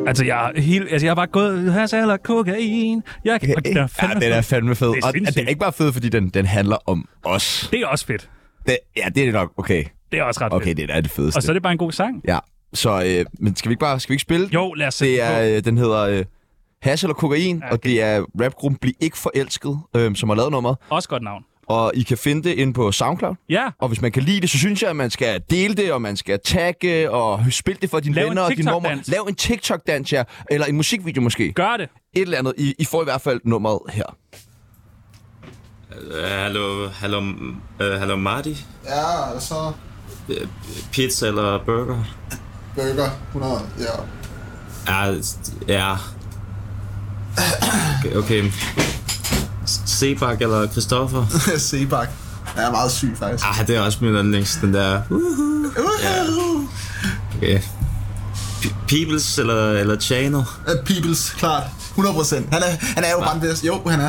Altså, jeg har bare gået hash eller kokain. Den er fandme fed. Og det er ikke bare fed, fordi den handler om os. Det er også fedt. Det er nok okay. Det er også ret fedt. Okay, det er det fedeste. Og så er det bare en god sang. Ja. Så, men skal vi ikke spille? Jo, lad os se. Den hedder Hash eller kokain, okay. Og det er rapgruppen Bliv ikke forelsket, som har lavet nummeret. Også godt navn. Og I kan finde det inde på SoundCloud. Ja. Og hvis man kan lide det, så synes jeg, at man skal dele det, og man skal tagge og spille det for dine venner og dine numre. Lav en TikTok-dans, ja. Eller en musikvideo måske. Gør det. Et eller andet. I får i hvert fald nummeret her. Hallo Marty? Ja, så... Pizza eller burger? Burger, 100, ja. Ja. Okay. Sebak eller Christoffer? Sebak. Jeg er meget syg, faktisk. Det er også min yndlings, den der... Ja. Okay. Peoples eller Chano? Peoples, klart. 100%. Han er jo bare den bedste. Jo, han er.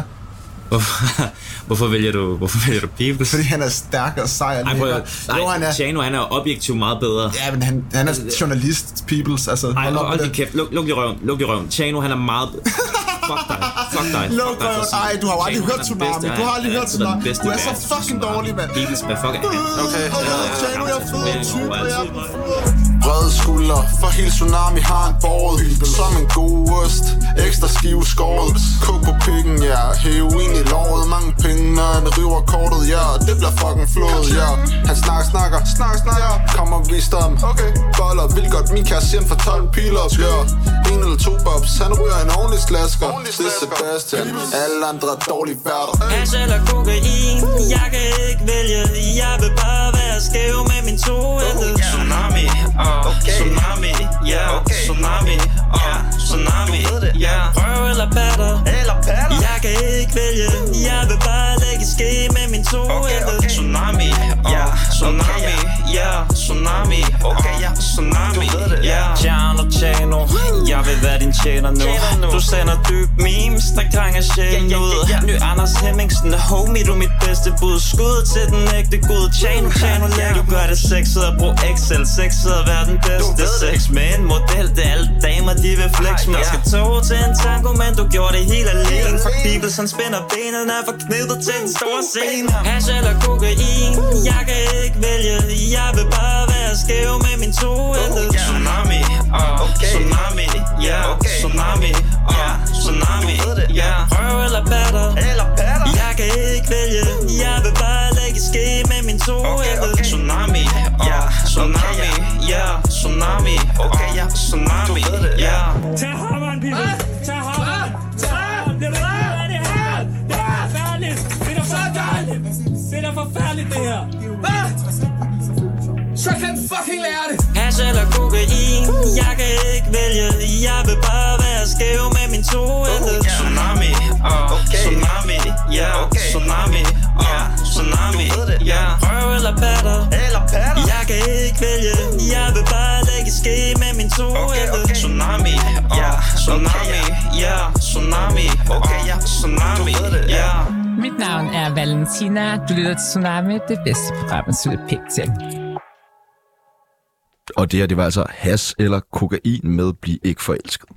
Hvorfor vælger du Peoples? Fordi han er stærk og sej. Chano, han er objektivt meget bedre. Ja, men han er journalist, Peoples. Altså, hold din kæft. Luk i røven. Chano, han er meget... Fuck dig. Luk røven. Ej, du har jo aldrig hørt Tsunami. Du har aldrig hørt Tsunami. Du er så fucking dårlig, mand. Peoples, hvad fuck er han? Okay. Chano, jeg er fed type. Brede skuldre, for hele Tsunami har en båret. Som en god ost, ekstra skive skåret. Kog på pikken, ja, heroin i låret. Mange penge, når han river kortet, ja. Det bliver fucking flået, ja. Han snakker, kommer vist om. Okay. Boller, vil godt, min kære siger for 12 piler, ja. 1 eller 2 bobs, han ryger en ordentlig slasker. Det er Sebastian, alle andre er dårlige værter. Hash eller kokain, jeg kan ikke vælge. Jeg vil bare være skæv med min toende. Tsunami, Tsunami, ja, Tsunami, Tsunami, ja. Røv eller patter, jeg kan ikke vælge. Jeg vil bare lægge ske med min toende. Tsunami, ja, Tsunami, ja, Tsunami, Tsunami, ja. Chano, jeg vil være din tjener nu. Du sender dyb memes, der krænger sjælen ud. Ny Anders Hemmingsen er homie, du er mit bedste bud. Skud til den ægte gud. Chano, lad du gør det sexet og brug Excel. Sexet at være den bedste sex med en model. Det er alle damer, de vil flex med. Jeg skal tog til en tango, men du gjorde det helt alene. Fuck people, som spænder benene for knyttet til den store scene. Hash eller kokain, jeg kan ikke vælge. Jeg vil bare være skæv med min toende. Tsunami, Tsunami, ja, Tsunami, Tsunami, ja. Røv eller patter, jeg kan ikke vælge. Jeg vil bare lægge ske med min toende. Tsunami, ja, Tsunami, ja, Tsunami, Tsunami, ja. Tag hammeren, people! Tag hammeren! Det her! Det er forfærdeligt! Det er forfærdeligt! Det er forfærdeligt, det her! Så kan fucking lære det! Hash eller kokain, jeg kan ikke vælge. Jeg vil bare være skæv med min toende. Tsunami, Tsunami, ja, Tsunami, Tsunami, ja. Røv eller patter, jeg kan ikke vælge. Jeg vil bare lægge ske med min toende. Tsunami, Tsunami, ja, Tsunami, Tsunami, ja. Mit navn er Valentina. Du lytter til Tsunami, det bedste program, man slutter pænt til. Og det var altså hash eller kokain med Bliv ikke forelsket.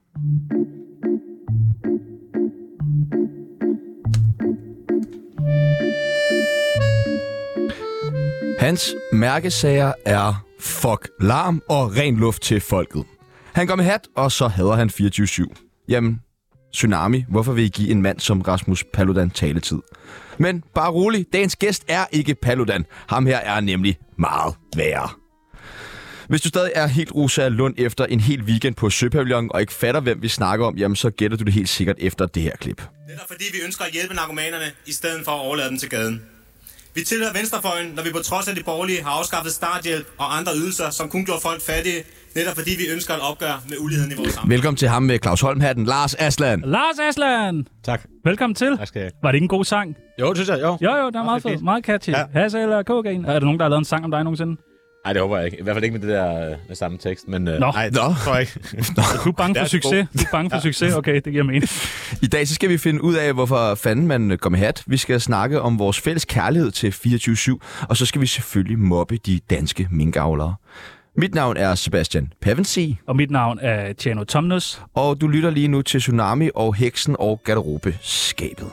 Hans mærkesager er fuck larm og ren luft til folket. Han går med hat, og så hader han 24/7. Jamen, Tsunami, hvorfor vil I give en mand som Rasmus Paludan taletid? Men bare rolig, dagens gæst er ikke Paludan. Ham her er nemlig meget værre. Hvis du stadig er helt Rosa Lund efter en hel weekend på Søpavillon og ikke fatter, hvem vi snakker om, jamen så gætter du det helt sikkert efter det her klip. Det er fordi, vi ønsker at hjælpe narkomanerne, i stedet for at overlade dem til gaden. Vi tilhører venstrefløjen, når vi på trods af de borgerlige har afskaffet starthjælp og andre ydelser, som kun gjorde folk fattige, netop fordi vi ønsker at opgøre med uligheden i vores samfund. Velkommen til ham med Claus Holm-hatten, Lars Aslan. Lars Aslan! Tak. Velkommen til. Tak skal jeg. Var det ikke en god sang? Jo, det synes jeg, jo. Jo, det er meget fedt. Meget catchy. Ja. Hash eller kokain. Er der nogen, der har lavet en sang om dig nogensinde? Nej, det håber jeg ikke. I hvert fald ikke med det der med samme tekst, men nej, det tror jeg ikke. Du er bange for succes. Du er bange for succes. Okay, det giver mening. I dag så skal vi finde ud af, hvorfor fanden man går med hat. Vi skal snakke om vores fælles kærlighed til 24/7, og så skal vi selvfølgelig mobbe de danske minkavlere. Mit navn er Sebastian Pevensey. Og mit navn er Tjano Tomnus. Og du lytter lige nu til Tsunami og Heksen og Garderobeskabet.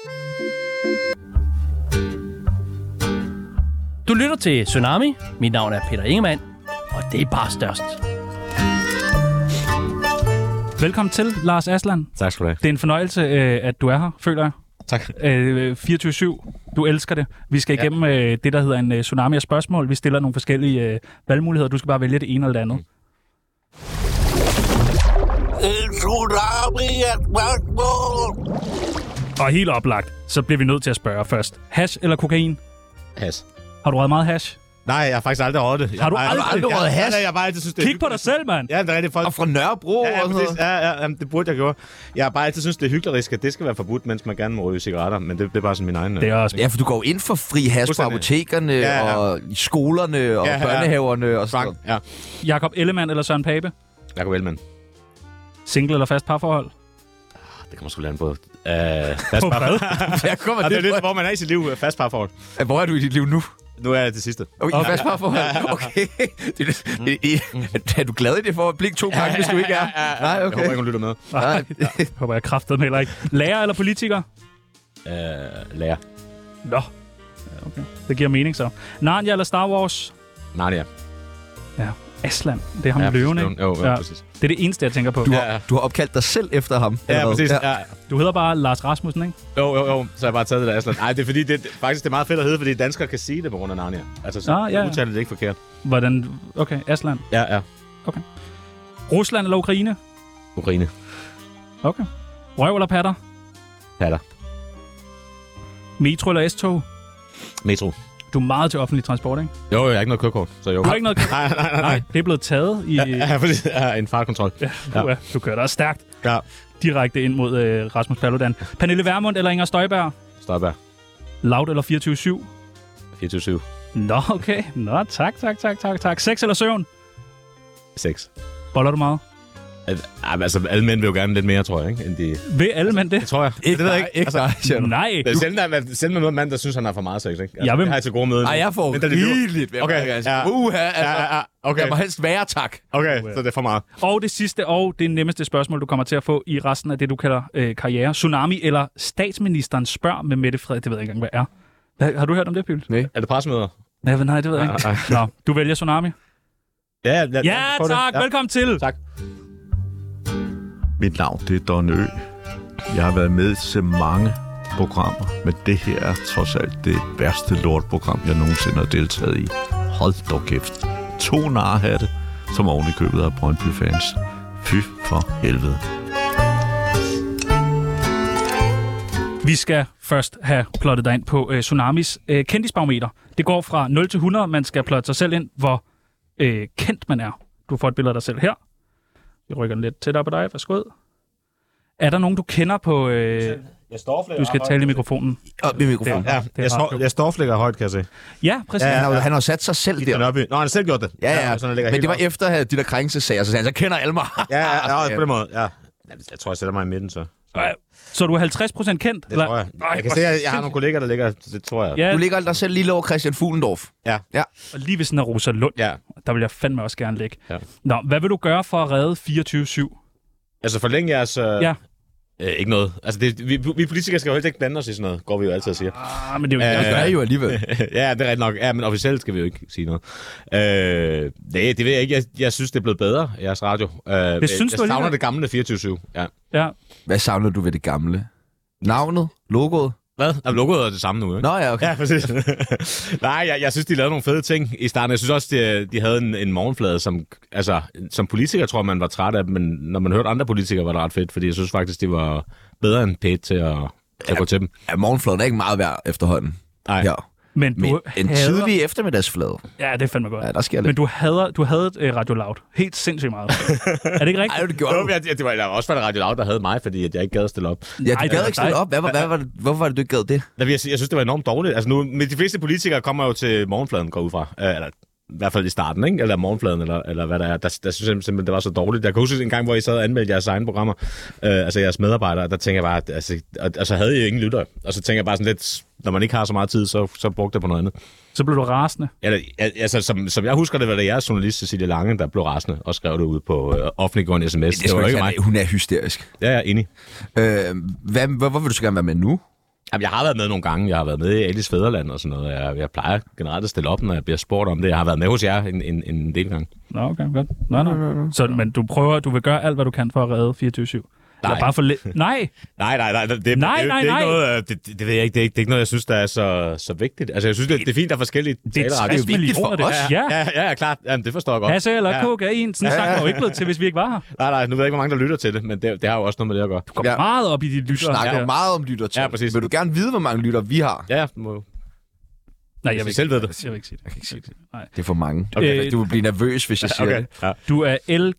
Du lytter til Tsunami. Mit navn er Peter Ingemann, og det er bare størst. Velkommen til, Lars Aslan. Tak skal du have. Det er en fornøjelse, at du er her, føler jeg. Tak. 24/7. Du elsker det. Vi skal igennem det, der hedder en tsunami af spørgsmål. Vi stiller nogle forskellige valgmuligheder. Du skal bare vælge det ene eller det andet. Og helt oplagt, så bliver vi nødt til at spørge først. Hash eller kokain? Hash. Har du røget meget hash? Nej, jeg har faktisk aldrig røget det. Har du aldrig røget hash? Jeg bare altid synes, det er Kig på dig selv, mand. Ja, det er rigtigt. Folk... Og fra Nørrebro Ja, og sådan noget. ja, det burde jeg gøre. Jeg har bare altid synes, det er hyklerisk, at det skal være forbudt, mens man gerne må ryge cigaretter. Men det er bare sådan min egen... Det er også... Ja, for du går ind for fri hash på apotekerne og i skolerne og børnehaverne og sådan noget. Ja. Jakob Ellemann eller Søren Pape? Jakob Ellemann. Single eller fast parforhold? Det kommer sgu lande på. Fast parforhold. Det er lidt, hvor man er i sit liv. Fast parforhold. Hvor er du i dit liv nu? Nu er jeg det sidste. Okay, fast parforhold. Okay. Er du glad i det for at blikke 2 gange, hvis du ikke er? Nej, okay. Jeg håber ikke, hun lytter med. Nej, håber jeg kraftedeme heller ikke. Lærer eller politiker? Lærer. Nå. Okay. Det giver mening så. Narnia eller Star Wars? Narnia. Ja. Aslan. Det er ham løven, ikke? Jo, præcis. Det er det eneste, jeg tænker på. Du har opkaldt dig selv efter ham. Ja, præcis. Ja. Du hedder bare Lars Rasmussen, ikke? Jo. Så har jeg bare taget det der Aslan. Nej, det er fordi, det er meget fedt at hedde, fordi danskere kan sige det på grund af Narnia. Altså, så udtaler det ikke forkert. Hvordan? Okay, Aslan. Ja. Okay. Rusland eller Ukraine? Ukraine. Okay. Røv eller patter? Patter. Metro eller S-tog? Metro. Du er meget til offentlig transport, ikke? Jo, jeg har ikke noget kørekort, så jo. Du har ikke noget kørekort? Nej, det er blevet taget i... Ja, en fartkontrol. Ja. Du kører da også stærkt. Ja. Direkte ind mod Rasmus Paludan. Pernille Vermund eller Inger Støjberg? Støjberg. Loud eller 24/7? 24/7. Nå, okay. Nå, tak. Sex eller søvn? 6. Boller du meget? Altså, alle mænd vil jo gerne lidt mere, tror jeg, ikke? End de... Vil alle mænd det? Det tror jeg. Ikke det ved jeg ikke. Altså, nej. Det er selv med noget mand, der synes, han har for meget sex, ikke? Altså, jeg vil... Det har jeg til gode møde. Nej, jeg får rigeligt. Okay. Okay. Jeg må helst være, tak. Okay, så det er for meget. Og det sidste og det nemmeste spørgsmål, du kommer til at få i resten af det, du kalder karriere. Tsunami eller statsministeren spørger med Mette Frederiksen. Det ved jeg ikke engang, hvad er. Har du hørt om det, Pibels? Nej. Er det pressemøder? Nej, det ved jeg ikke. Nå, du vælger Tsunami? Ja, tak. Ja. Velkommen til. Tak. Mit navn, det er Don Ø. Jeg har været med til mange programmer, men det her er trods alt det værste lortprogram, jeg nogensinde har deltaget i. Hold dog kæft. 2 narhatte, som oven i købet af Brøndby-fans. Fy for helvede. Vi skal først have plottet dig ind på Tsunamis kendisbarometer. Det går fra 0 til 100. Man skal plotte sig selv ind, hvor kendt man er. Du får et billede af dig selv her. Vi rykker den lidt tættere på dig. Værsgo. Er der nogen, du kender på... Du skal tale i mikrofonen. Op i mikrofonen. Jeg storflækker højt, kan jeg se. Ja, præcis. Han har sat sig selv der. Nå, han har selv gjort det. Ja. Men det var efter de der krænkelsesager, så sagde han, så kender alle mig. Ja, på den måde. Ja. Jeg tror, jeg sætter mig i midten, så. Så du er 50% kendt? Det tror jeg. Jeg kan se, at jeg har nogle kolleger, der ligger, det tror jeg. Ja. Du ligger dig selv lige over Christian Fuglendorf. Ja. Og lige ved sådan af Rosa Lund. Ja. Der vil jeg fandme også gerne ligge. Ja. Nå, hvad vil du gøre for at redde 24/7? Altså forlænge jeres... ikke noget. Altså, vi politikere skal jo helt ikke blande os i sådan noget, går vi jo altid og siger. Men det er jo det gør jo alligevel. Ja, det er rigtigt nok. Ja, men officielt skal vi jo ikke sige noget. Det ved jeg ikke. Jeg synes, det er blevet bedre, jeres radio. Jeg savner det gamle 24/7. Ja. Hvad savner du ved det gamle? Navnet? Logoet? Hvad? Logoet er det samme nu, ikke? Nå ja, okay. Ja, præcis. Nej, jeg synes, de lavede nogle fede ting i starten. Jeg synes også, de havde en morgenflade, som politiker tror man var træt af, men når man hørte andre politikere, var det ret fedt, fordi jeg synes faktisk, de var bedre end Pete til at gå til dem. Ja, morgenfladen er ikke meget værd efterhånden. Nej. Ja. Men en tidlig eftermiddagsflade. Ja, det er fandme godt. Ja, der sker lidt. Men du havde et Radio Loud. Helt sindssygt meget. Er det ikke rigtigt? Nej, det gjorde du. Det var også for det Radio Loud, der havde mig, fordi jeg ikke gad at stille op. Ja, du gad ikke stille op. Hvorfor var det, du ikke gad det? Jeg synes, det var enormt dårligt. Altså nu, med de fleste politikere kommer jo til morgenfladen, går ud fra. Eller i hvert fald i starten, ikke? Eller morgenfladen, eller hvad der er. Der synes jeg simpelthen, det var så dårligt. Jeg kan huske en gang, hvor I sad og anmeldte jeres egne programmer, altså jeres medarbejdere, der tænker jeg bare, altså havde I jo ingen lytter. Og så tænker jeg bare sådan lidt, når man ikke har så meget tid, så brugte jeg på noget andet. Så blev du rasende? Altså, som jeg husker det, var det jeres journalist, Cecilie Lange, der blev rasende og skrev det ud på offentliggående sms. Det var ikke mig. Hun er hysterisk. Ja, jeg er enig. Hvorfor vil du så gerne være med nu? Jamen, jeg har været med nogle gange. Jeg har været med i Alice Fæderland og sådan noget. Jeg plejer generelt at stille op, når jeg bliver spurgt om det. Jeg har været med hos jer en del gange. Nå, okay, godt. Nå. Så, men du vil gøre alt, hvad du kan for at redde 24/7? Nej. Bare for Nej. Nej. Det er ikke noget, det ved jeg ikke. Det er ikke noget, jeg synes, der er så vigtigt. Altså, jeg synes, det er fint, der er forskellige talere. Det er vigtigt for os. Ja, klart. Jamen, det forstår jeg godt. Hasse eller kokain, sådan sagt jo ikke blevet til, hvis vi ikke var her. Nej, nu ved jeg ikke, hvor mange der lytter til det, men det har jo også noget med det at gøre. Du går meget op i de lytter. Du snakker meget om lyttertal. Ja, præcis. Vil du gerne vide, hvor mange lytter vi har? Ja, Nej, jeg vil selv ved det. Jeg vil ikke sige det. Jeg kan ikke sige det. Nej. Det er for mange. Okay. Du vil blive nervøs, hvis jeg siger det. Ja. Du er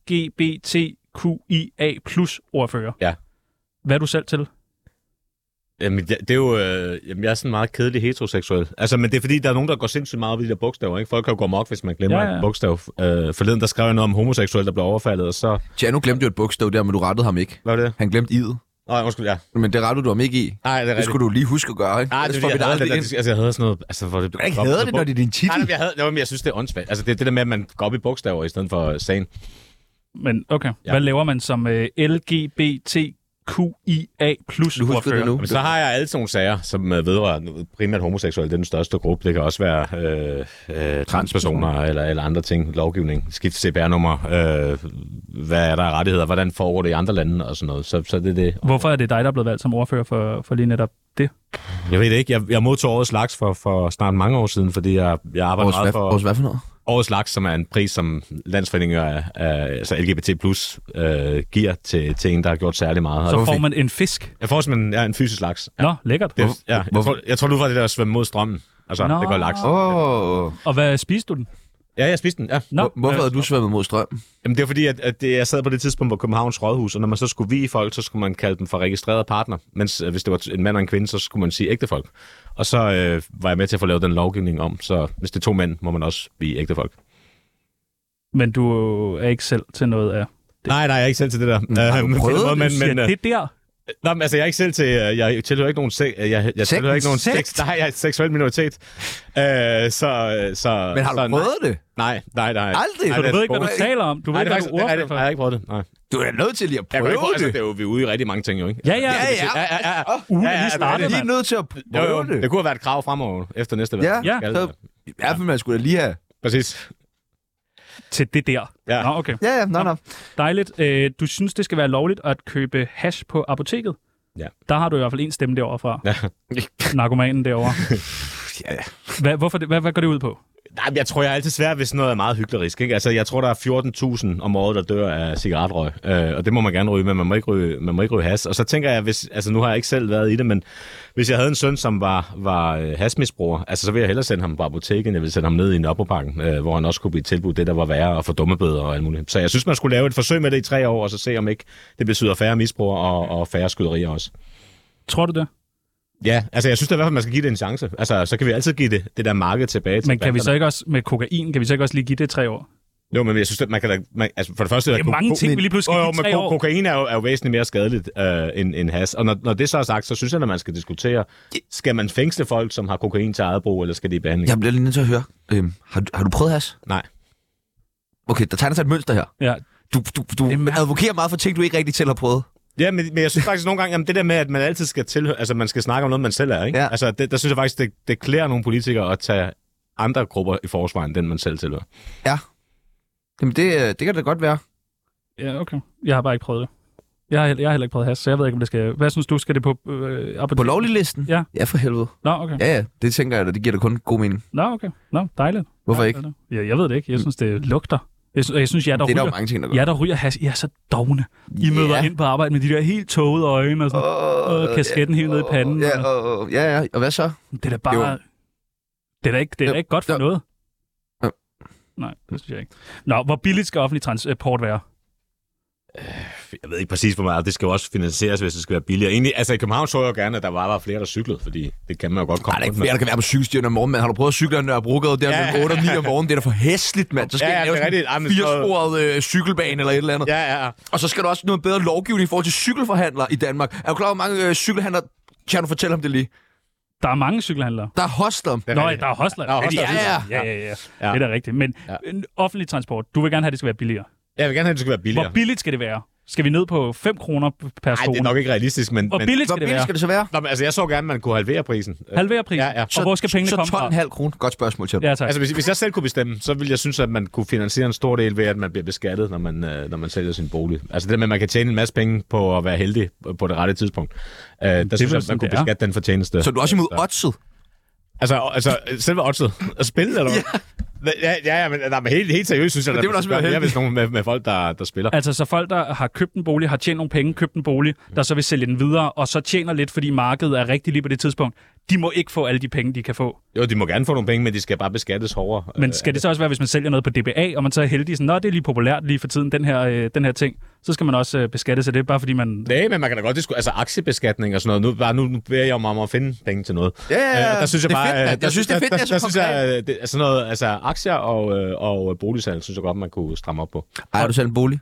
LGBTQIA+-ordfører. Ja. Hvad er du selv til? Jamen, det er jo... jeg er sådan meget kedelig heteroseksuel. Altså, men det er fordi, der er nogen, der går sindssygt meget op i de der bogstaver, ikke? Folk kan jo gå amok, hvis man glemmer et bogstav. Forleden, der skrev jeg noget om homoseksuel, der blev overfaldet, og så... Tjano glemte jo et bogstav der, men du rettede ham ikke. Hvad var det? Han glemte i'et. Nej, undskyld, ja. Men det rettede du ham ikke i. Nej, det skulle du lige huske at gøre, ikke? Nej, det jeg havde sådan noget... Altså, for det, du kan ikke hade det, når det er din titel. Nej, jeg synes, det er åndssvagt. Altså, det der med, at man går op i bogstaver i stedet for sagen. Men okay, hvad laver man som LGBTQIA+-ordfører? Men så har jeg alle sådan nogle sager, som vedrører primært homoseksuelle. Det er den største gruppe. Det kan også være transpersoner eller andre ting. Lovgivning, skift CPR-nummer, hvad er der af rettigheder, hvordan foregår det i andre lande og sådan noget. Så det er det. Hvorfor er det dig, der er blevet valgt som ordfører for lige netop det? Jeg ved det ikke. Jeg modtog årets laks for snart mange år siden, fordi jeg arbejder meget for... Årets hvad for noget? Årets laks, som er en pris, som Landsforeningen altså LGBT+, giver til en, der har gjort særlig meget. Så får man en fisk? Jeg får simpelthen en fysisk laks. Ja. Nå, lækkert. Jeg tror, du var det der at svømme mod strømmen. Altså, det går laks. Og hvad spiste du den? Ja, jeg spiste den, ja. Hvorfor havde du svømmet mod strømmen? Jamen, det er fordi, at jeg sad på det tidspunkt på Københavns Rådhus, og når man så skulle vie folk, så skulle man kalde dem for registrerede partner. Mens hvis det var en mand og en kvinde, så skulle man sige ægtefolk. Og så var jeg med til at få lavet den lovgivning om, så hvis det er 2 mænd, må man også vie ægtefolk. Men du er ikke selv til noget af det? Nej, jeg er ikke selv til det der. Har du prøvet det der? Nå, men altså, jeg er ikke selv til... Jeg tilhører ikke nogen sex. Nej, jeg er et seksuel minoritet. Men har du prøvet det? Nej. Aldrig? Så du ved ikke, hvad du taler om? Du ved ikke, hvad du ordfører for? Jeg har ikke prøvet det, nej. Du er nødt til lige at prøve det. Altså, det er jo, vi er ude i rigtig mange ting, jo, ikke? Ja. Lige nødt til at prøve det. Det kunne have været et krav fremover efter næste valg. Ja, så i hvert fald man skulle da lige have... Præcis. Til det der? Ja. Nå, okay. Ja, nå. Dejligt. Du synes, det skal være lovligt at købe hash på apoteket? Ja. Der har du i hvert fald en stemme derovre fra. Ja. Narkomanen derovre. Ja. Hvad går det ud på? Nej, jeg tror, jeg er altid svært, hvis noget er meget hyklerisk. Ikke? Altså, jeg tror, der er 14.000 om året, der dør af cigaretrøg. Og det må man gerne ryge, men man må ikke ryge has. Og så tænker jeg, nu har jeg ikke selv været i det, men hvis jeg havde en søn, som var hasmisbruger, altså, så ville jeg hellere sende ham på apoteket, end jeg ville sende ham ned i Nørrebroparken, hvor han også kunne blive tilbudt det, der var værre, og få dummebøder og alt muligt. Så jeg synes, man skulle lave et forsøg med det i 3 år, og så se, om ikke det betyder færre misbrugere og færre skyderier også. Tror du det? Ja, altså jeg synes da i hvert fald, man skal give det en chance. Altså, så kan vi altid give det der marked tilbage til. Men kan vi så ikke også med kokain, kan vi så ikke også lige give det 3 år? Jo, men jeg synes, at man kan da... Altså, for det første... Det er mange ting, vi lige pludselig skal give 3 år. Kokain er jo væsentligt mere skadeligt end has. Og når det så er sagt, så synes jeg, at man skal diskutere, skal man fængsle folk, som har kokain til eget brug, eller skal de i behandling? Jeg bliver lige nødt til at høre. Har du prøvet has? Nej. Okay, der tegner sig et mønster her. Ja. Du advokerer meget for ting, du ikke rigtig selv har prøvet. Ja, men jeg synes faktisk nogle gange, jamen det der med, at man altid skal tilhøre, altså man skal snakke om noget, man selv er, ikke? Ja. Altså der synes jeg faktisk, det klæder nogle politikere at tage andre grupper i forsvaret, end den man selv tilhører. Ja. Jamen det kan da godt være. Ja, okay. Jeg har bare ikke prøvet det. Jeg har heller ikke prøvet has, så jeg ved ikke, om det skal... Hvad synes du, skal det på på lovlig listen? Ja. Ja, for helvede. Nå, okay. Ja, det tænker jeg da, det giver da kun god mening. Nå, okay. Nå, dejligt. Hvorfor ikke? Ja, jeg ved det ikke. Jeg synes, det lugter. Jeg synes, jeg der det er ryger, der mange ting, der gør. Jeg der ryger has, I er så dogne. I møder ind på arbejde med de der helt tågede øjne og sådan, og kasketten helt ned i panden. Ja, og hvad så? Det er da bare... Det er da ikke godt for noget. Nej, det synes jeg ikke. Nå, hvor billigt skal offentlig transport være? Jeg ved ikke præcis, hvor meget. Det skal jo også finansieres, hvis det skal være billigere. Egentlig, altså i København så jeg jo gerne, at der var flere, der cyklede, fordi det kan man jo godt komme. Nej, det er ikke flere, der kan være på cykelstierne om morgenen, men har du prøvet at cykle en Nørrebrogade der mellem 8 og 9 om morgenen? Det er da for hæsligt, mand. Så skal jeg lave en 4-sporet cykelbane eller et eller andet. Ja. Og så skal der også noget bedre lovgivning i forhold til cykelforhandlere i Danmark. Er du klar, hvor mange cykelhandlere... Kan du fortælle om det lige? Der er mange cykelhandlere. Der er hostler. Der er hostler. Ja. Det er da rigtigt. Men offentlig transport, du vil gerne have, at det skal være billigere. Jeg vil gerne have, at det skal være billigere. Hvor billigt skal det være? Skal vi ned på 5 kroner per skole? Nej, det er nok ikke realistisk, men... Hvor billigt skal det så være? Nå, men, altså, jeg så gerne, at man kunne halvere prisen. Halvere prisen? Ja. Og hvor skal pengene komme fra? Så 12,5 kroner. Godt spørgsmål til dig. Ja, tak. Altså, hvis jeg selv kunne bestemme, så ville jeg synes, at man kunne finansiere en stor del ved, at man bliver beskattet, når man sælger sin bolig. Altså det med, at man kan tjene en masse penge på at være heldig på det rette tidspunkt. Der synes jeg, at man kunne beskatte den fortjeneste. Så du er også imod oddset? Altså selve oddset? At spille, eller hvad? Ja, men helt seriøst synes jeg, det vil også være mere hvis nogen med folk, der spiller. Altså, så folk, der har købt en bolig, har tjent nogle penge, købt en bolig, der så vil sælge den videre, og så tjener lidt, fordi markedet er rigtig lige på det tidspunkt, de må ikke få alle de penge, de kan få. Jo, de må gerne få nogle penge, men de skal bare beskattes hårdere. Men skal det så også være, hvis man sælger noget på DBA, og man så er heldig, sådan, det er lige populært lige for tiden, den her ting, så skal man også beskattes af det, bare fordi man... Nej, men man kan da godt diskutere, altså aktiebeskatning og sådan noget. Nu beder jeg om at finde penge til noget. Ja, der synes jeg bare... Jeg synes, det er fedt, der synes jeg, sådan noget, altså aktier og boligsalg, synes jeg godt, man kunne stramme op på. Ejer du selv en bolig?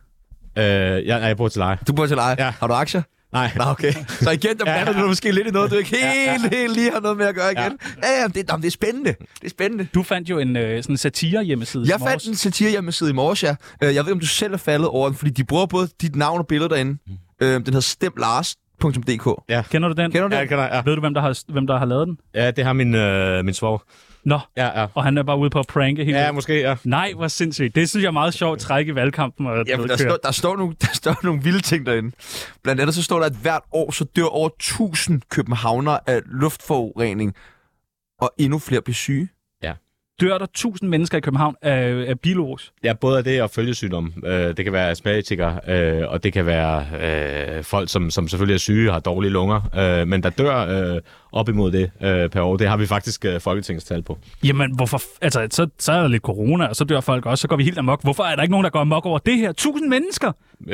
Jeg bor til leje. Du bor til leje? Ja. Har du aktier? Nej. Nå, okay. Så igen, der blander du måske lidt i noget, du ikke helt lige har noget med at gøre igen. Ja, det er spændende. Det er spændende. Du fandt jo en sådan satire-hjemmeside. Jeg fandt en satire-hjemmeside i morges, ja. Jeg ved ikke, om du selv er faldet over den, fordi de bruger både dit navn og billeder derinde. Den hedder stemlars.dk. Ja. Kender du den? Kender du den? Ja. Ved du, hvem der har lavet den? Ja, det har min svoger. Nå, ja. Og han er bare ude på at pranke hele Ja, måske, ja. Nej, hvor sindssygt. Det synes jeg er meget sjovt træk i valgkampen. Jamen, der står nogle vilde ting derinde. Blandt andet så står der, at hvert år så dør over 1000 københavnere af luftforurening, og endnu flere bliver syge. Ja. Dør der 1000 mennesker i København af bilros? Ja, både af det og følgesygdom. Det kan være astmatikere, og det kan være folk, som selvfølgelig er syge og har dårlige lunger. Men der dør op imod det per år. Det har vi faktisk folketingstal på. Jamen, hvorfor? Altså, så er der lidt corona, og så dør folk også. Så går vi helt amok. Hvorfor er der ikke nogen, der går amok over det her? 1000 mennesker?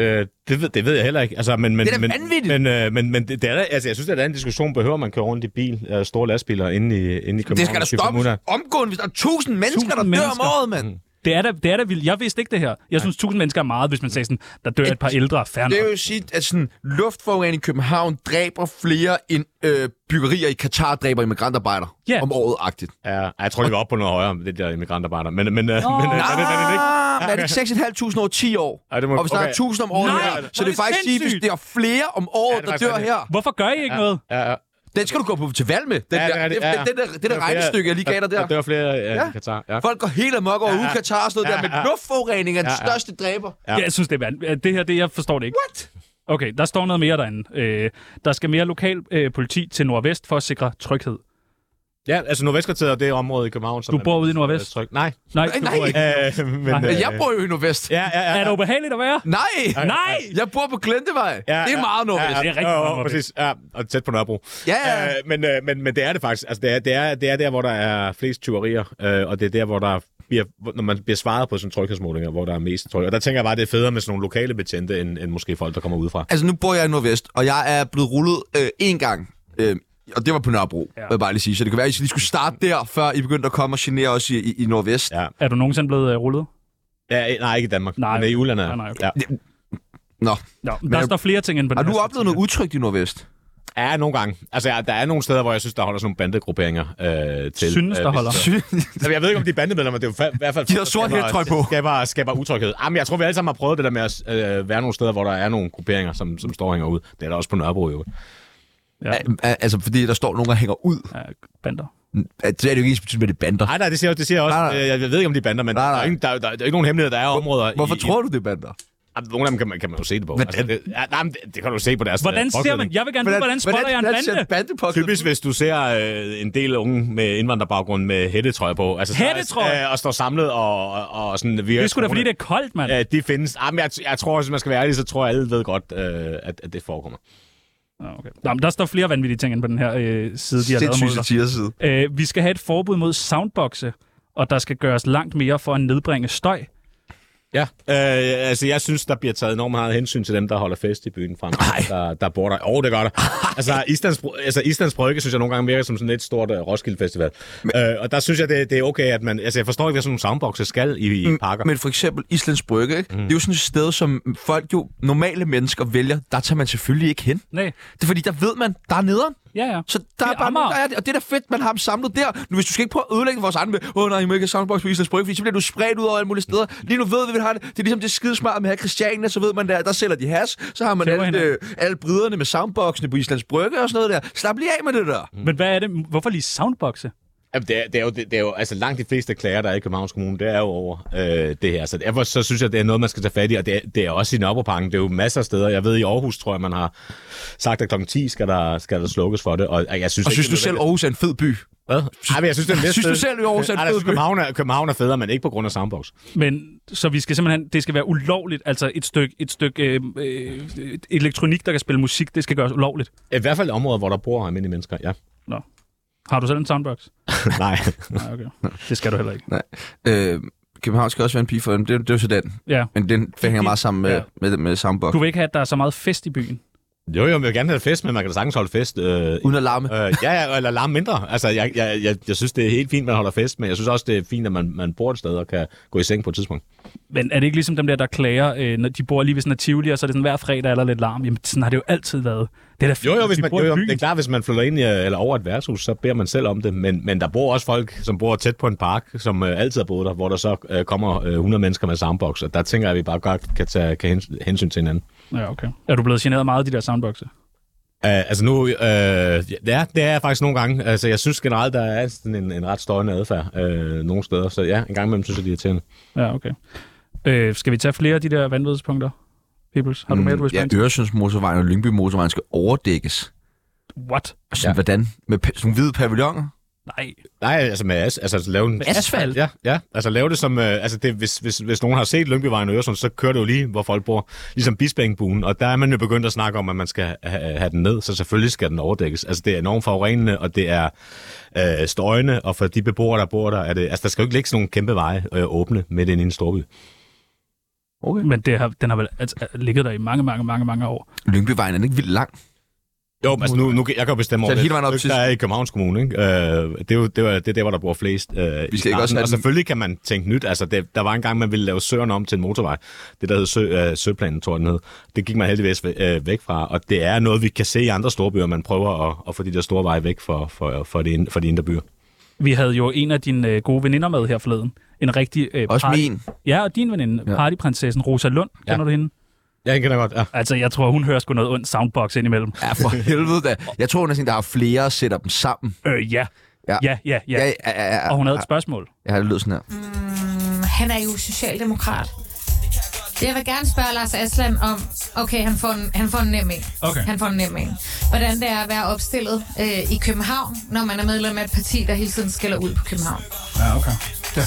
Det ved jeg heller ikke. Altså, men, det er da vanvittigt. Men det er, altså, jeg synes, at der er en diskussion, behøver man køre rundt i bil, store lastbiler inde i København. Det skal da stoppes omgående, hvis der er 1000 mennesker, der dør om året, mand. Det er da vildt. Jeg vidste ikke det her. Jeg synes, 1000 mennesker er meget, hvis man sagde sådan, der dør et par ældre. Det vil jo sige, at sådan, luftforurening i København dræber flere end byggerier i Katar dræber immigrantarbejdere om året-agtigt. Ja, jeg tror, det var op på noget højere, det der immigrantarbejdere. Men er det ikke 6.500 over 10 år? Og hvis der er 1000 om året her, så det er faktisk sige, hvis det er flere om året, der dør her. Hvorfor gør I ikke noget? Ja. Den skal du gå til valg med. Det der regnestykke, jeg lige gav dig der. Det var flere i Katar. Ja. Folk går helt amok over Katar og sådan noget der, men luftforurening er den største dræber. Ja, jeg synes, det er det her, jeg forstår det ikke. What? Okay, der står noget mere derinde. Der skal mere lokal politi til Nordvest for at sikre tryghed. Ja, altså Nordvestkvarteret er det område i København, som du bor ude i Nordvest? Nej. Nej, du bor ikke. Jeg bor jo i Nordvest. Ja. Er det ubehageligt at være? Nej! Jeg bor på Glentevej. Det er meget Nordvest. Det er rigtig meget Nordvest. Præcis. Ja, og tæt på Nørrebro. Ja. Men det er det faktisk. Altså, det er der, hvor der er flest tyverier, og det er der, hvor der når man bliver svaret på sådan tryghedsmålinger, hvor der er mest tryk. Og der tænker jeg bare, at det er federe med sådan nogle lokale betjente, end måske folk, der kommer udefra. Altså, nu bor jeg i Nordvest, og jeg er blevet rullet én gang. Og det var på Nørrebro, vil jeg bare lige sige. Så det kan være, at I skulle starte der, før I begyndte at komme og genere os i Nordvest. Ja. Er du nogensinde blevet rullet? Ja, nej, ikke i Danmark. Nej, men i udlandet. Okay. Ja. Nå. Der står flere ting ind på den. Har du oplevet noget utrygt i Nordvest? Ja, nogle gange. Altså, der er nogle steder, hvor jeg synes, der holder sådan nogle bandegrupperinger til. Synes, der holder? Jeg ved ikke, om de er bandemedlemmer, det er jo i hvert fald... De har sort hættrøj på. Skaber utryghed. Jamen, jeg tror, vi alle sammen har prøvet det der med at være nogle steder, hvor der er nogle grupperinger, som står og hænger ud. Det er der også på Nørrebro, jo. Ja. Altså, fordi der står nogen, der hænger ud. Ja, bander. Det er det jo ikke ens med det bander. Nej, det siger jeg også. Nej. Jeg ved ikke, om de bander, men der er ikke nogen hemmelighed, der er områder... Hvorfor tror du, det er bander? Nogle af dem kan man jo se det på. Altså, det kan du se på deres... Hvordan ser man? Jeg vil gerne vide, hvordan spotter jeg en bande? Typisk, hvis du ser en del unge med indvandrerbaggrund med hættetrøje på. Altså, hættetrøje? Og står samlet og sådan... Det er sgu da, fordi det er koldt, mand. De findes... Jeg tror, hvis man skal være ærlig, så tror jeg, alle ved godt, at det forekommer. Okay. Nå, men der står flere vanvittige ting inde på den her side, de har lavet. Vi skal have et forbud mod soundboxe, og der skal gøres langt mere for at nedbringe støj. Ja, altså jeg synes, der bliver taget enormt meget hensyn til dem, der holder fest i byen frem. Der bor der. Det gør der. Islands Brygge, synes jeg nogle gange virker som sådan et stort Roskilde Festival. Og der synes jeg, det er okay, at man... Altså jeg forstår ikke, hvad sådan nogle soundboxer skal i parker. Men for eksempel Islands Brygge, ikke? Det er jo sådan et sted, som folk jo, normale mennesker vælger. Der tager man selvfølgelig ikke hen. Nej. Det er fordi, der ved man, der er nederen. Ja. Så der er bare nogen, der er det. Og det er da fedt, man har dem samlet der. Nu, hvis du skal ikke prøve at ødelægge vores andre med, nej, I må ikke have soundbox på Islands Brygge, fordi så bliver du spredt ud over alle mulige steder. Lige nu ved vi, vil have det. Det er ligesom det skidesmart med her Christiania, så ved man der sælger de hash, så har man alle bryderne med soundboxene på Islands Brygge og sådan noget der. Slap lige af med det der. Men hvad er det? Hvorfor lige soundboxe? Jamen, det er jo altså langt de fleste klager, der er i Københavns Kommune, det er jo over det her. Så derfor så synes jeg, det er noget, man skal tage fat i, og det er også i Nørrebroparken. Det er jo masser af steder. Jeg ved, i Aarhus, tror jeg, man har sagt, at kl. 10 skal der slukkes for det. Og jeg synes, synes du selv, Aarhus er en fed by? Hvad? Ej, men jeg synes, det er synes du selv, at Aarhus er en fed by? København er federe, men ikke på grund af soundbox. Men så vi skal simpelthen, det skal være ulovligt, altså et stykke elektronik, der kan spille musik, det skal gøres ulovligt. I hvert fald områder, hvor der bor almindelige mennesker, ja. Nå. Har du selv en soundbox? Nej. Nej, okay. Det skal du heller ikke. Nej. København skal også være en pige for dem. Det er jo så den. Ja. Men den hænger meget sammen med soundbox. Du vil ikke have, at der er så meget fest i byen? Jo, jeg vil gerne have fest, men man kan da sagtens holde fest. Uden at larme? Eller larme mindre. Altså, jeg synes, det er helt fint, man holder fest, men jeg synes også, det er fint, at man bor et sted og kan gå i seng på et tidspunkt. Men er det ikke ligesom dem der klager, når de bor lige ved sådan en Tivoli, og så er det sådan hver fredag eller lidt larm? Jamen, sådan har det jo altid været. Det er da fint, det er klart, hvis man flytter ind eller over et værtshus, så beder man selv om det. Men der bor også folk, som bor tæt på en park, som altid har boet der, hvor der så kommer 100 mennesker med soundbox, og der tænker jeg, at vi bare godt kan tage hensyn til hinanden. Ja, okay. Er du blevet generet meget af de der soundboxe? Altså nu, det er jeg faktisk nogle gange. Altså jeg synes generelt, der er sådan en ret støjende adfærd nogle steder. Så ja, en gang imellem synes jeg, de er irriterende. Ja, okay. Skal vi tage flere af de der vanvidspunkter? Peoples, har du mere, du vil spørge? Ja, Øresundsmotorvejen og Lyngby Motorvejen skal overdækkes. What? Altså, hvordan? Med sådan hvide pavilloner? Nej, altså med lave en... Med asfalt? Ja, altså lave det som... hvis nogen har set Lyngbyvejen og Øresund, så kører det jo lige, hvor folk bor. Ligesom Bispeengbuen, og der er man jo begyndt at snakke om, at man skal have den ned, så selvfølgelig skal den overdækkes. Altså det er enormt forurenende, og det er støjende, og for de beboere, der bor der, er det... Altså der skal jo ikke ligge sådan nogle kæmpe veje åbne midt inde i en storby. Okay. Men den har vel ligget der i mange år. Lyngbyvejen er ikke vildt lang. Jo, altså nu jeg kan jo bestemme over det. Der er i Københavns Kommune, ikke? Det er der, hvor der bor flest. Vi skal ikke også og selvfølgelig kan man tænke nyt. Altså, der var engang, man ville lave Søerne om til en motorvej. Det, der hed Søplanen, tror jeg, den hed. Det gik man heldigvis væk fra. Og det er noget, vi kan se i andre storbyer. Man prøver at få de der store veje væk for de indre byer. Vi havde jo en af dine gode veninder med her forleden. En rigtig også min. Ja, og din veninde, partyprinsessen Rosa Lund. Kender du hende? Ja, jeg kender godt, ja. Altså, jeg tror, hun hører sgu noget ondt soundbox indimellem. Ja, for helvede da. Jeg tror, hun er sådan, der har flere og sætter dem sammen. Ja. Og hun havde et spørgsmål. Ja, det lyder sådan her. Han er jo socialdemokrat. Jeg vil gerne spørge Lars Aslan om... Okay, han får en nem en. Okay. Han får en nem en. Hvordan det er at være opstillet i København, når man er medlem af et parti, der hele tiden skælder ud på København. Ja, okay. Ja.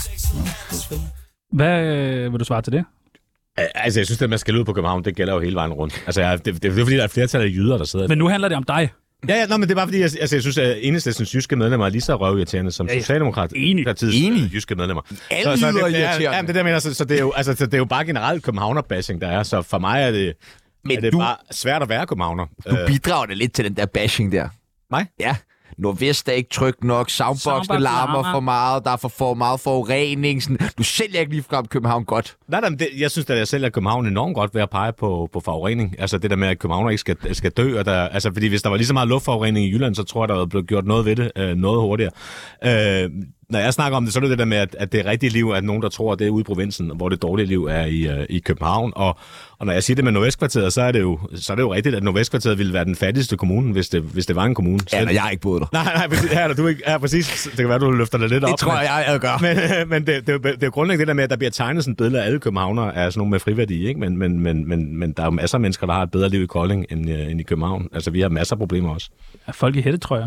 Hvad vil du svare til det? Altså, jeg synes, at man skal ud på København, det gælder jo hele vejen rundt. Altså, det er fordi, der er et flertal af jyder, der sidder... Men nu handler det om dig. Ja, men det er bare fordi, jeg synes, at Enhedslistens jyske medlemmer er lige så røvirriterende som Socialdemokratiets jyske medlemmer. Alle jyder er irriterende. Ja, det der mener, så det er jo bare generelt københavner-bashing, der er. Så for mig er det, bare svært at være københavner. Du bidrager da lidt til den der bashing der. Mig? Ja. Nordvest er ikke trygt nok, soundboxene larmer for meget, der er for meget forurening. Sådan. Du sælger ikke lige frem København godt. Nej, jeg synes, at jeg sælger København enormt godt ved at pege på forurening. Altså det der med, at københavner ikke skal dø. Og fordi hvis der var lige så meget luftforurening i Jylland, så tror jeg, der var blevet gjort noget ved det noget hurtigere. Når jeg snakker om det, så er det der med, at det rigtige liv er nogen, der tror, at det er ude i provinsen, hvor det dårlige liv er i København. Og når jeg siger det med Nordvestkvarteret, så er det jo rigtigt, at Nordvestkvarteret ville være den fattigste kommune, hvis det var en kommune. Ja, men jeg har ikke boet der. Nej, du ikke. Ja, præcis. Det kan være, du løfter det lidt op. Det tror jeg gør. Men det er jo grundlæggende det der med, at der bliver tegnet sådan et billede af alle københavnere af sådan nogle med friværdi, ikke? Men der er jo masser af mennesker, der har et bedre liv i Kolding end i København. Altså, vi har masser af problemer også. Er folk i hættetrøjer?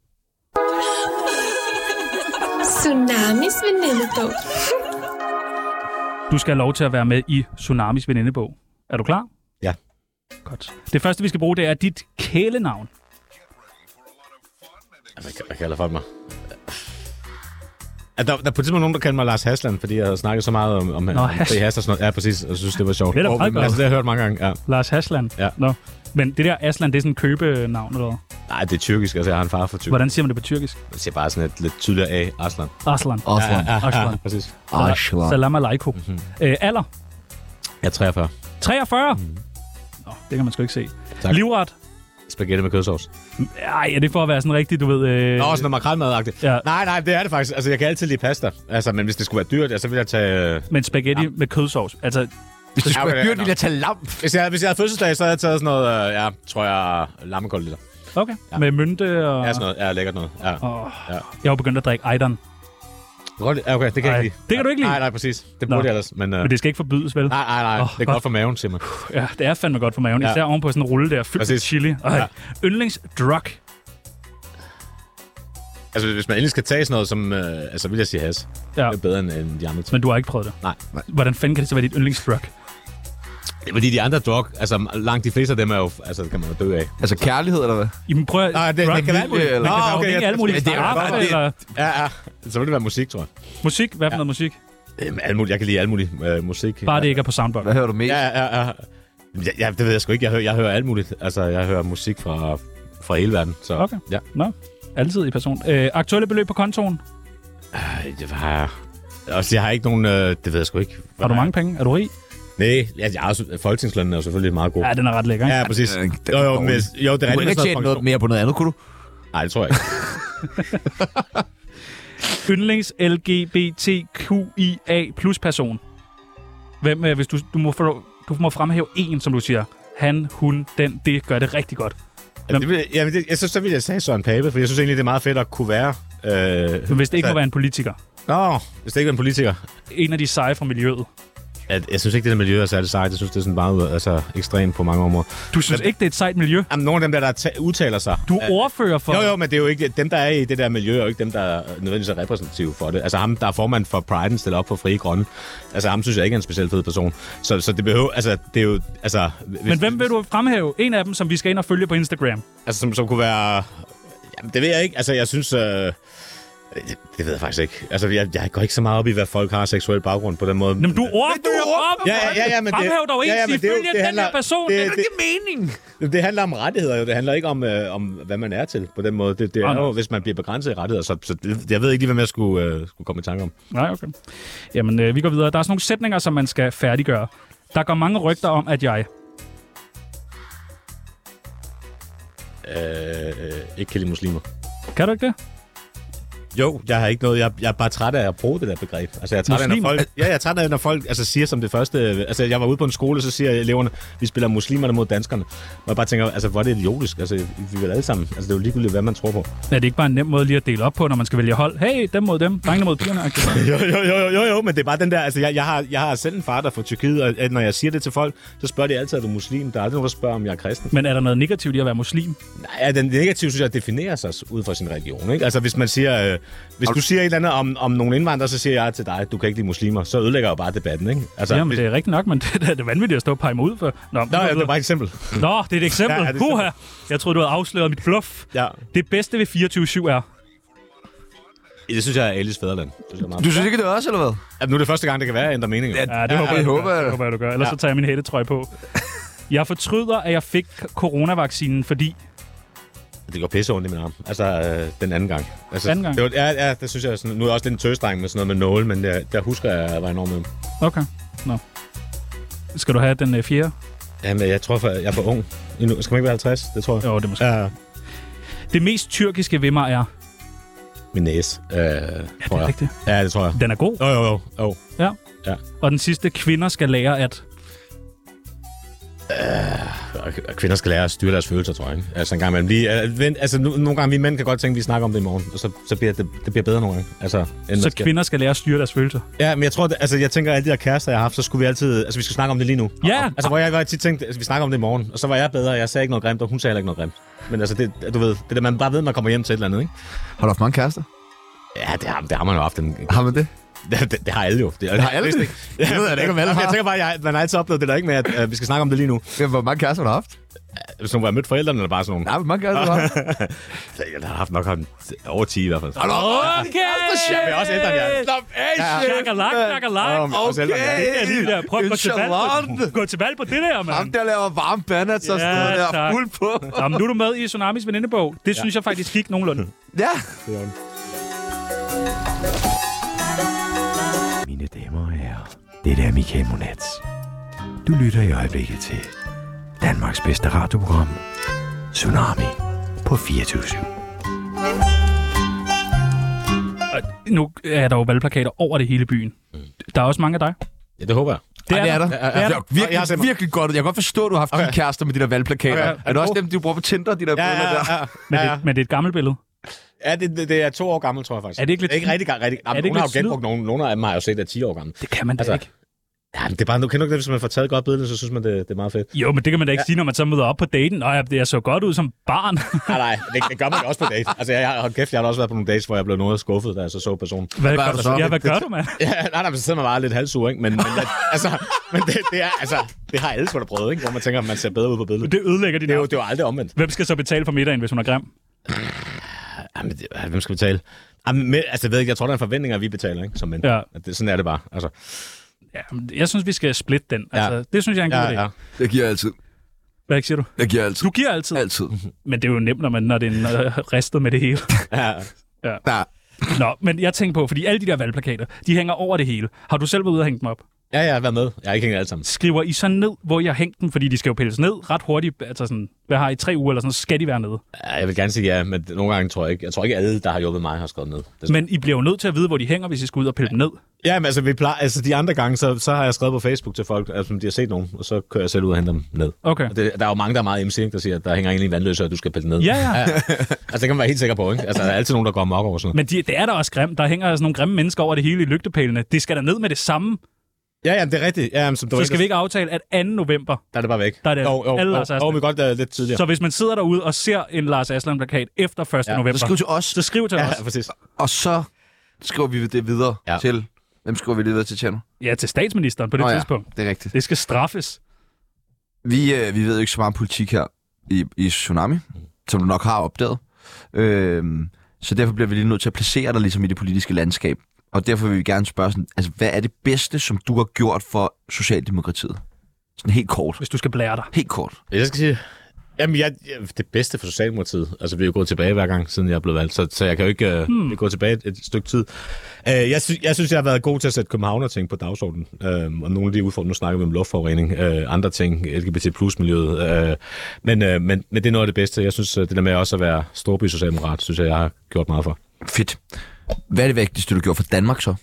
Tsunamis venindebog. Du skal have lov til at være med i Tsunamis venindebog. Er du klar? Ja. Godt. Det første, vi skal bruge, det er dit kælenavn. Hvad kalder folk mig? Der på et tidspunkt nogen, der kaldte mig Lars Hasland, fordi jeg havde snakket så meget om det Hasland og sådan noget. Ja, præcis. Og jeg synes, det var sjovt. Det er da meget godt. Altså, det har jeg hørt mange gange, ja. Lars Hasland? Ja. Nå. Men det der Aslan, det er sådan et købenavn, eller hvad? Nej, det er tyrkisk. Altså, jeg har en far fra Tyrkisk. Hvordan siger man det på tyrkisk? Jeg siger bare sådan et lidt tydeligere A. Aslan. Aslan. Ja, præcis. Aslan. Salam alaikum. Alder? Jeg er 43. 43? Nå, det kan man sgu ikke se. Tak. Livret? Spaghetti med kødsovs. Ej, er det for at være sådan rigtig, du ved... Nå, sådan noget makrelmad-agtigt. Ja. Nej, det er det faktisk. Altså, jeg kan altid lide pasta. Altså, men hvis det skulle være dyrt, så ville jeg tage... Men spaghetti med kødsovs. Altså... Hvis det skulle være dyrt, ville jeg tage lam. Hvis jeg havde fødselsdag, så havde jeg taget sådan noget, tror jeg, lammekåliter. Okay. Ja. Med mynte og... Ja, sådan noget. Ja, lækkert noget. Ja. Ja. Jeg var begyndt at drikke Ejderen. Okay, det kan jeg ikke lide. Det kan du ikke lide? Nej, præcis. Det burde jeg ellers. Men det skal ikke forbydes, vel? Nej. Det er godt for maven, siger man. Ja, det er fandme godt for maven. Især ovenpå sådan en rulle der, fyldt med chili. Yndlingsdrug? Altså, hvis man endelig skal tage sådan noget som... altså, vil jeg sige has. Ja. Det er bedre end de andre ting. Men du har ikke prøvet det? Nej. Hvordan fanden kan det så være dit yndlingsdrug? Fordi de andre drug, altså langt de fleste af dem er jo, altså det kan man jo dø af. Altså kærlighed, eller hvad? Jamen prøv at... Nej, det kan være alt muligt. Nå, okay, alt muligt. Ja. Så vil det være musik, tror jeg. Musik? Hvad for noget musik? Alt muligt. Jeg kan lide alt muligt musik. Bare det ikke er på soundbox. Hvad hører du mest? Ja, det ved jeg sgu ikke. Jeg hører alt muligt. Altså, jeg hører musik fra hele verden. Så, okay. Ja. Nå, altid i person. Aktuelle beløb på kontoen? Jeg har ikke nogen... det ved jeg sgu ikke. Har du mange penge? Er du rig? Nej, folketingslønnen er jo selvfølgelig meget god. Ja, den er ret lækker, ikke? Ja, præcis. Jo, det er rigtigt. Du kunne ikke tjene noget mere på noget andet, kunne du? Nej, det tror jeg ikke. Yndlings LGBTQIA plus person. Hvem, hvis du må fremhæve en, som du siger. Han, hun, den, det gør det rigtig godt. Så vil jeg sige Søren Pape, for jeg synes egentlig, det er meget fedt at kunne være... hvis det ikke må være en politiker. Nå, hvis det ikke er en politiker. En af de seje fra miljøet. Jeg synes ikke, det der miljø er særlig sejt. Jeg synes, det er sådan meget ekstremt på mange områder. Du synes ikke, det er et sejt miljø? Jamen, nogle af dem, der udtaler sig... Du er ordfører for... Jo, men det er jo ikke... Dem, der er i det der miljø, er jo ikke dem, der er nødvendigvis er repræsentative for det. Altså ham, der er formand for Pride'en, stiller op for Frie Grønne. Altså ham synes jeg ikke er en specielt fed person. Så det behøver... Altså, det er jo... Altså, men hvem vil du fremhæve? En af dem, som vi skal ind og følge på Instagram. Altså, som kunne være... Jamen, det ved jeg ikke. Altså, jeg synes... Det ved jeg faktisk ikke. Altså, jeg går ikke så meget op i, hvad folk har seksuel baggrund på den måde. Men du er ordfører! Ja, men det... Fremhæv dog ikke, ifølge den her person. Det er ikke mening! Det handler om rettigheder, jo. Det handler ikke om hvad man er til på den måde. Det er jo, hvis man bliver begrænset i rettigheder. Så jeg ved ikke lige, hvad jeg skulle komme i tanke om. Nej, okay. Jamen, vi går videre. Der er sådan nogle sætninger, som man skal færdiggøre. Der går mange rygter om, at jeg... ikke kan lide muslimer. Kan du ikke det? Jo, jeg har ikke noget. Jeg er bare træt af at bruge det der begreb. Altså, jeg er træt af, når folk, jeg er træt af, når folk siger som det første... Altså, jeg var ude på en skole, så siger eleverne, vi spiller muslimerne mod danskerne. Og jeg bare tænker, altså, hvor er det idiotisk? Altså, vi vil alle sammen. Altså, det er jo ligegyldigt, hvad man tror på. Er det ikke bare en nem måde lige at dele op på, når man skal vælge hold? Hey, dem mod dem, drengene mod pigerne. Jo, men det er bare den der... Altså, jeg har selv en far, der fra Tyrkiet, og når jeg siger det til folk, så spørger de altid, er du muslim? Der er aldrig nogen, der spørger, om jeg er kristen. Men er der noget negativt i at være muslim? Nej, den negative, synes jeg, definerer sig ud fra sin religion, ikke? Altså, hvis man siger... Hvis du siger et eller andet om nogle indvandrere, så siger jeg til dig, du kan ikke lide muslimer. Så ødelægger jeg jo bare debatten, ikke? Altså, jamen, det er rigtigt nok, men det er vanvittigt at stå og pege mig ud for. Nå, det er bare et eksempel. Nå, det er et eksempel. Ja, her. Jeg troede, du havde afsløret mit bluff. Ja. Det bedste ved 24/7 er... Det synes jeg er Alice Fædreland. Du synes ikke, det er også, eller hvad? At nu er det første gang, det kan være, at ændre mening. Ja, det håber jeg, du gør. Ellers så tager jeg min hættetrøje på. Jeg fortryder, at jeg fik coronavaccinen, fordi... Det går pisse ondt i min arm. Altså, den anden gang. Altså, anden gang? Det synes jeg... Sådan, nu er jeg også lidt en tøsdreng med sådan noget med nåle, men der husker jeg, at jeg var enormt med dem. Okay. Nå. Skal du have den fjerde? Jamen, jeg tror, jeg er for ung. Skal man ikke være 50? Det tror jeg. Jo, det måske. Ja. Det mest tyrkiske ved mig er... Min næse, ja, det er rigtigt. Ja, det tror jeg. Den er god? Jo. Ja. Og den sidste, kvinder skal lære at... Kvinder skal lære at styre deres følelser, tror jeg. Ikke? Altså en gang imellem lige... Altså nogle gange vi mænd kan godt tænke, at vi snakker om det i morgen, og så bliver det bliver bedre nogle gange. Altså, så kvinder skal lære at styre deres følelser? Ja, men jeg tror, jeg tænker, at alle de der kærester, jeg har haft, så skulle vi altid... Altså vi skal snakke om det lige nu. Ja! Altså hvor jeg tit tænkte, at vi snakker om det i morgen, og så var jeg bedre, jeg sagde ikke noget grimt, og hun sagde heller ikke noget grimt. Men altså, du ved, det der, man bare ved, man kommer hjem til et eller andet, ikke? Har du haft mange kærester? Ja, det har man jo haft. Har man det? Det har alle jo. Det har alle det? Jeg ved ikke, om alle har. Jeg tænker bare, man har altid oplevet det der ikke med, at vi skal snakke om det lige nu. Hvor mange kærester har du haft? Hvis hun var mødt forældrene, eller bare sådan nogle... Nej, man gør det bare. Jeg har haft nok over 10 i hvert fald. Okay! Jeg er også ældre end jer. Stop af, Shakalak. Okay. Prøv at gå til valg på det der, mand. Ham der laver varme bandats og sådan noget der. Fuld på. Nå, men nu er du med i Tsunamis venindebog. Det synes jeg faktisk gik nogenlunde. Ja. Mine damer og herrer, det er Michael Monats. Du lytter i øjeblikket til Danmarks bedste radioprogram, Tsunami på 24/7. Nu er der jo valgplakater over det hele byen. Der er også mange af dig. Ja, det håber jeg. Det er der. Virkelig godt. Jeg kan godt forstå, at du har haft dine kærester med de der valgplakater. Er det også dem, du bruger på Tinder, de der billeder der? Men det er et gammelt billede. Ja, det er 2 år gammelt, tror jeg faktisk. Er det ikke lidt... Det er ikke rigtig. Nogen har jo genbrugt nogle af dem har jeg jo set, der er 10 år gammelt. Det kan man da ikke. Ja, det er bare, nu kender du ikke det, hvis man får taget et godt billede, så synes man, det er meget fedt. Jo, men det kan man da ikke sige, når man så møder op på daten. Nej, det er så godt ud som barn. Nej, det gør man også på date. Altså, jeg har også været på nogle dates, hvor jeg blev noget skuffet, da jeg så personen. Hvad gør du, mand? Ja, nej, så sidder man bare lidt halvsur, ikke? Men det er, det har alle sgu da prøvet, ikke? Hvor man tænker, at man ser bedre ud på billedet. Det ødelægger dit. Det er jo aldrig omvendt. Hvem skal så betale for middagen, hvis hun er grim? Jamen, hvem skal betale? Jeg ved ikke, jeg tror, der er en forventning, at vi betaler, ikke? Som mænd. Ja. Sådan er det bare, altså. Ja, jeg synes, vi skal splitte den. Altså, det synes jeg er en god idé. Ja. Jeg giver altid. Hvad siger du? Jeg giver altid. Du giver altid? Altid. Men det er jo nemt, når det er ristet med det hele. Ja. Nå, men jeg tænker på, fordi alle de der valgplakater, de hænger over det hele. Har du selv været ude og hænge dem op? Ja, jeg har været med. Jeg har ikke hængt alt sammen. Skriver I så ned, hvor jeg har hængt dem? Fordi de skal jo pilles ned ret hurtigt. Altså sådan, hvad har I 3 uger eller sådan, skal de være nede? Ja, jeg vil gerne sige ja, men nogle gange tror jeg ikke. Jeg tror ikke alle, der har hjulpet mig, har skrevet ned. Men I bliver jo nødt til at vide, hvor de hænger, hvis I skal ud og pille dem ned. Ja, men altså, de andre gange, så har jeg skrevet på Facebook til folk, altså de har set nogen, og så kører jeg selv ud og henter dem ned. Okay. Der er jo mange, der er meget MC, der siger, at der hænger egentlig vandløse, og du skal pille ned. Ja. Altså, det kan man være helt sikker på, ikke? Altså, der er altid nogen, der går mok over sådan noget. Men det er da også grimt. Der hænger altså nogle grimme mennesker over det hele i lygtepælene. Det skal der ned med det samme. Ja, det er rigtigt. Ja, så skal vi ikke aftale, at 2. november... Der er det bare væk. Der er det alle Lars Aslan. Vi godt lidt tidligere. Så hvis man sidder derude og ser en Lars Aslan-plakat efter 1. november... Så skriv til os. Så skriv til os. Ja, præcis. Og så skriver vi det videre til... Hvem skriver vi det videre til, Tjerno? Ja, til statsministeren på det tidspunkt. Det er rigtigt. Det skal straffes. Vi ved jo ikke så meget om politik her i Tsunami, som du nok har opdaget. Så derfor bliver vi lige nødt til at placere dig ligesom i det politiske landskab. Og derfor vil vi gerne spørge sådan, altså, hvad er det bedste, som du har gjort for Socialdemokratiet? Sådan helt kort. Hvis du skal blære dig. Helt kort. Jeg skal sige, jamen, det bedste for Socialdemokratiet, altså vi er jo gået tilbage hver gang, siden jeg er blevet valgt, så jeg kan jo ikke gå tilbage et stykke tid. Jeg synes, jeg har været god til at sætte københavner-ting på dagsordenen, og nogle af de udfordringer, nu snakker vi om luftforurening, andre ting, LGBT plus miljøet, men det er noget af det bedste. Jeg synes, det der med også at være storby-socialdemokrat, synes jeg har gjort meget for. Fedt. Hvad er det vigtigste, du har gjort for Danmark så?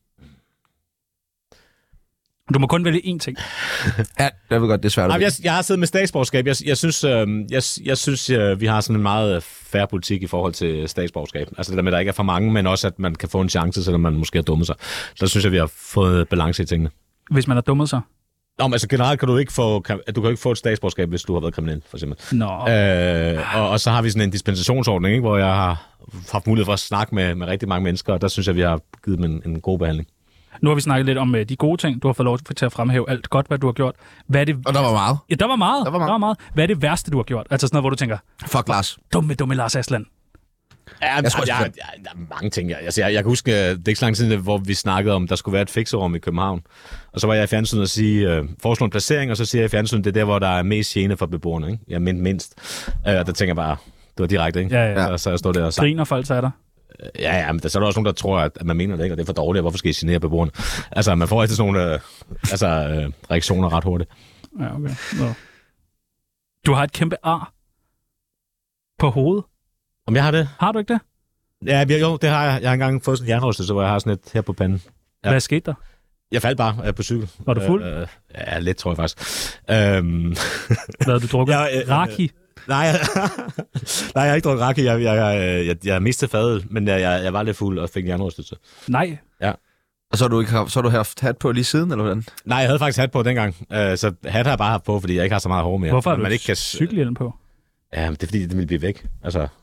Du må kun vælge én ting. Ja, jeg ved godt, det er svært. Jeg har siddet med statsborgerskab. Jeg synes, vi har sådan en meget fair politik i forhold til statsborgerskab. Altså det der med, at der ikke er for mange, men også, at man kan få en chance, selvom man måske har dummet sig. Så synes jeg, vi har fået balance i tingene. Hvis man har dummet sig? Nå, men altså generelt kan du ikke få et statsborgerskab, hvis du har været kriminel, for eksempel. Nå. Og så har vi sådan en dispensationsordning, ikke, hvor jeg har haft mulighed for at snakke med rigtig mange mennesker, og der synes jeg, vi har givet dem en god behandling. Nu har vi snakket lidt om de gode ting. Du har fået lov til at fremhæve alt godt, hvad du har gjort. Hvad er det... Og der var meget. Ja, der var meget. Hvad er det værste, du har gjort? Altså sådan noget, hvor du tænker... Fuck Lars. Dumme Lars Aslan. Ja, der er mange ting. Jeg kan huske, det er ikke så lang tid, hvor vi snakkede om, der skulle være et fikserum i København. Og så var jeg i fjernsynet og foreslå en placering, og så siger jeg i fjernsynet, det er der, hvor der er mest gene for beboerne. Ikke? Jeg mindst. Og der tænker jeg bare, det var direkte, ikke? Ja. Så jeg står der og griner folk sig af dig? Ja, men så er der også nogen, der tror, at man mener det ikke, og det er for dårligt, hvorfor skal I genere beboerne? Altså, man får altid sådan nogle reaktioner ret hurtigt. Ja, okay. Nå. Du har et kæmpe ar på hovedet. Om jeg har det? Har du ikke det? Ja, jo, det har jeg. Jeg har engang fået sådan en jernrystelse, hvor jeg har sådan et her på panden. Ja. Hvad skete der? Jeg faldt bare på cykel. Var du fuld? Ja, lidt, tror jeg faktisk. Hvad du drukket? Raki? Nej, jeg har ikke drukket raki. Jeg mistede fadet, men jeg var lidt fuld og fik en jernrystelse. Nej. Ja. Og så har du haft hat på lige siden, eller hvordan? Nej, jeg havde faktisk hat på dengang. Så hat har jeg bare haft på, fordi jeg ikke har så meget hår mere. Hvorfor har du cykelhjelm på? Ja, det er fordi, det ville blive væk. Altså,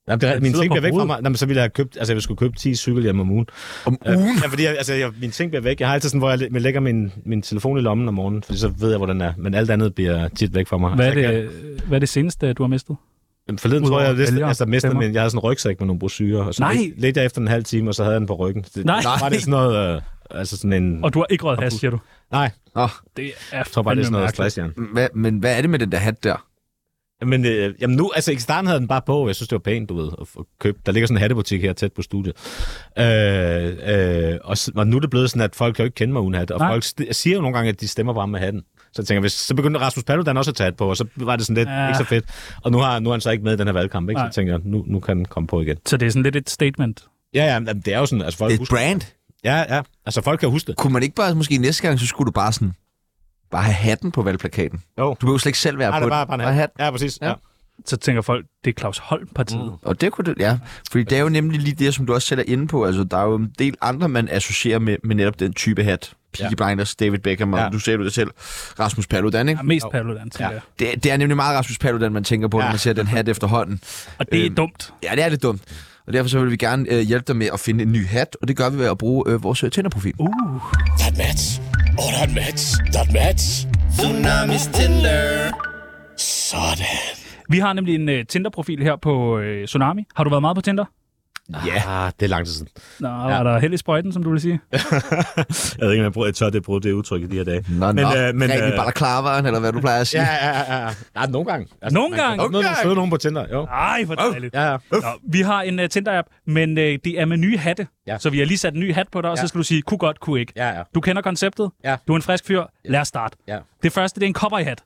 Jamen, min ting bliver væk fra mig. Jamen, så ville jeg have købt... Altså, jeg skulle købe 10 cykelhjem om ugen. Om ugen? Ja, fordi min ting bliver væk. Jeg har altid sådan, hvor jeg lægger min telefon i lommen om morgenen, fordi så ved jeg, hvor den er. Men alt andet bliver tit væk fra mig. Hvad er det seneste, du har mistet? Forleden tror jeg, jeg mistede min... Jeg havde sådan en rygsæk med nogle brosyrer. Og så ledte jeg efter en halv time, og så havde jeg den på ryggen. Var det sådan noget... altså sådan en... Og du har ikke røget hash, siger du? Nej. Det er jeg tror bare, det er sådan noget stressjern. Men hvad er det med den der hat der? Men jamen nu, altså i starten havde den bare på, jeg synes, det var pænt, du ved, at købe. Der ligger sådan en hattebutik her tæt på studiet. Og nu er det blevet sådan, at folk kan jo ikke kende mig uden hat. Og folk siger jo nogle gange, at de stemmer bare med hatten. Så jeg tænker, så begyndte Rasmus Paludan også at tage hat på, og så var det sådan lidt ikke så fedt. Og nu er han så ikke med i den her valgkamp, ikke? Så jeg tænker, nu kan den komme på igen. Så det er sådan lidt et statement? Ja, det er jo sådan, altså folk et brand? Ja, altså folk kan huske det. Kunne man ikke bare, måske næste gang, så skulle du bare sådan, bare have hatten på valgplakaten? Jo. Du behøver slet ikke selv være på det. Bare hat. Ja, præcis. Ja. Så tænker folk, det er Claus Holm-partiet. Og det kunne det, fordi det er jo nemlig lige det, som du også selv er inde på. Altså, der er jo en del andre, man associerer med netop den type hat. Peaky Blinders, David Beckham, og du ser det selv, Rasmus Paludan, ikke? Ja, mest Paludan, tænker jeg. Det er nemlig meget Rasmus Paludan, man tænker på, når man ser den hat efterhånden. Og det er dumt. Ja, det er lidt dumt. Og derfor så vil vi gerne hjælpe dig med at finde en ny hat, og det gør vi ved at bruge vores Tinder-profil. That match. Oh, that match. That match. Tsunamis Tinder. Sådan. Vi har nemlig en Tinder-profil her på Tsunami. Har du været meget på Tinder? Ja, det er lang tid siden. Nå, var der held i sprøjten, som du vil sige? Jeg ved ikke, om jeg tør det bruge det udtryk i de her dage. Men rigtig balaklaveren, eller hvad du plejer at sige? Ja, nogle gange. Altså, nogle gange? Nogen på Tinder, jo. Ej, hvor dejligt. Ja. Nå, vi har en Tinder-app, men det er med nye hatte. Ja. Så vi har lige sat en ny hat på dig, og så skal du sige, kunne godt, kunne ikke. Ja. Du kender konceptet. Ja. Du er en frisk fyr. Lad os starte. Ja. Det første, det er en cowboyhat.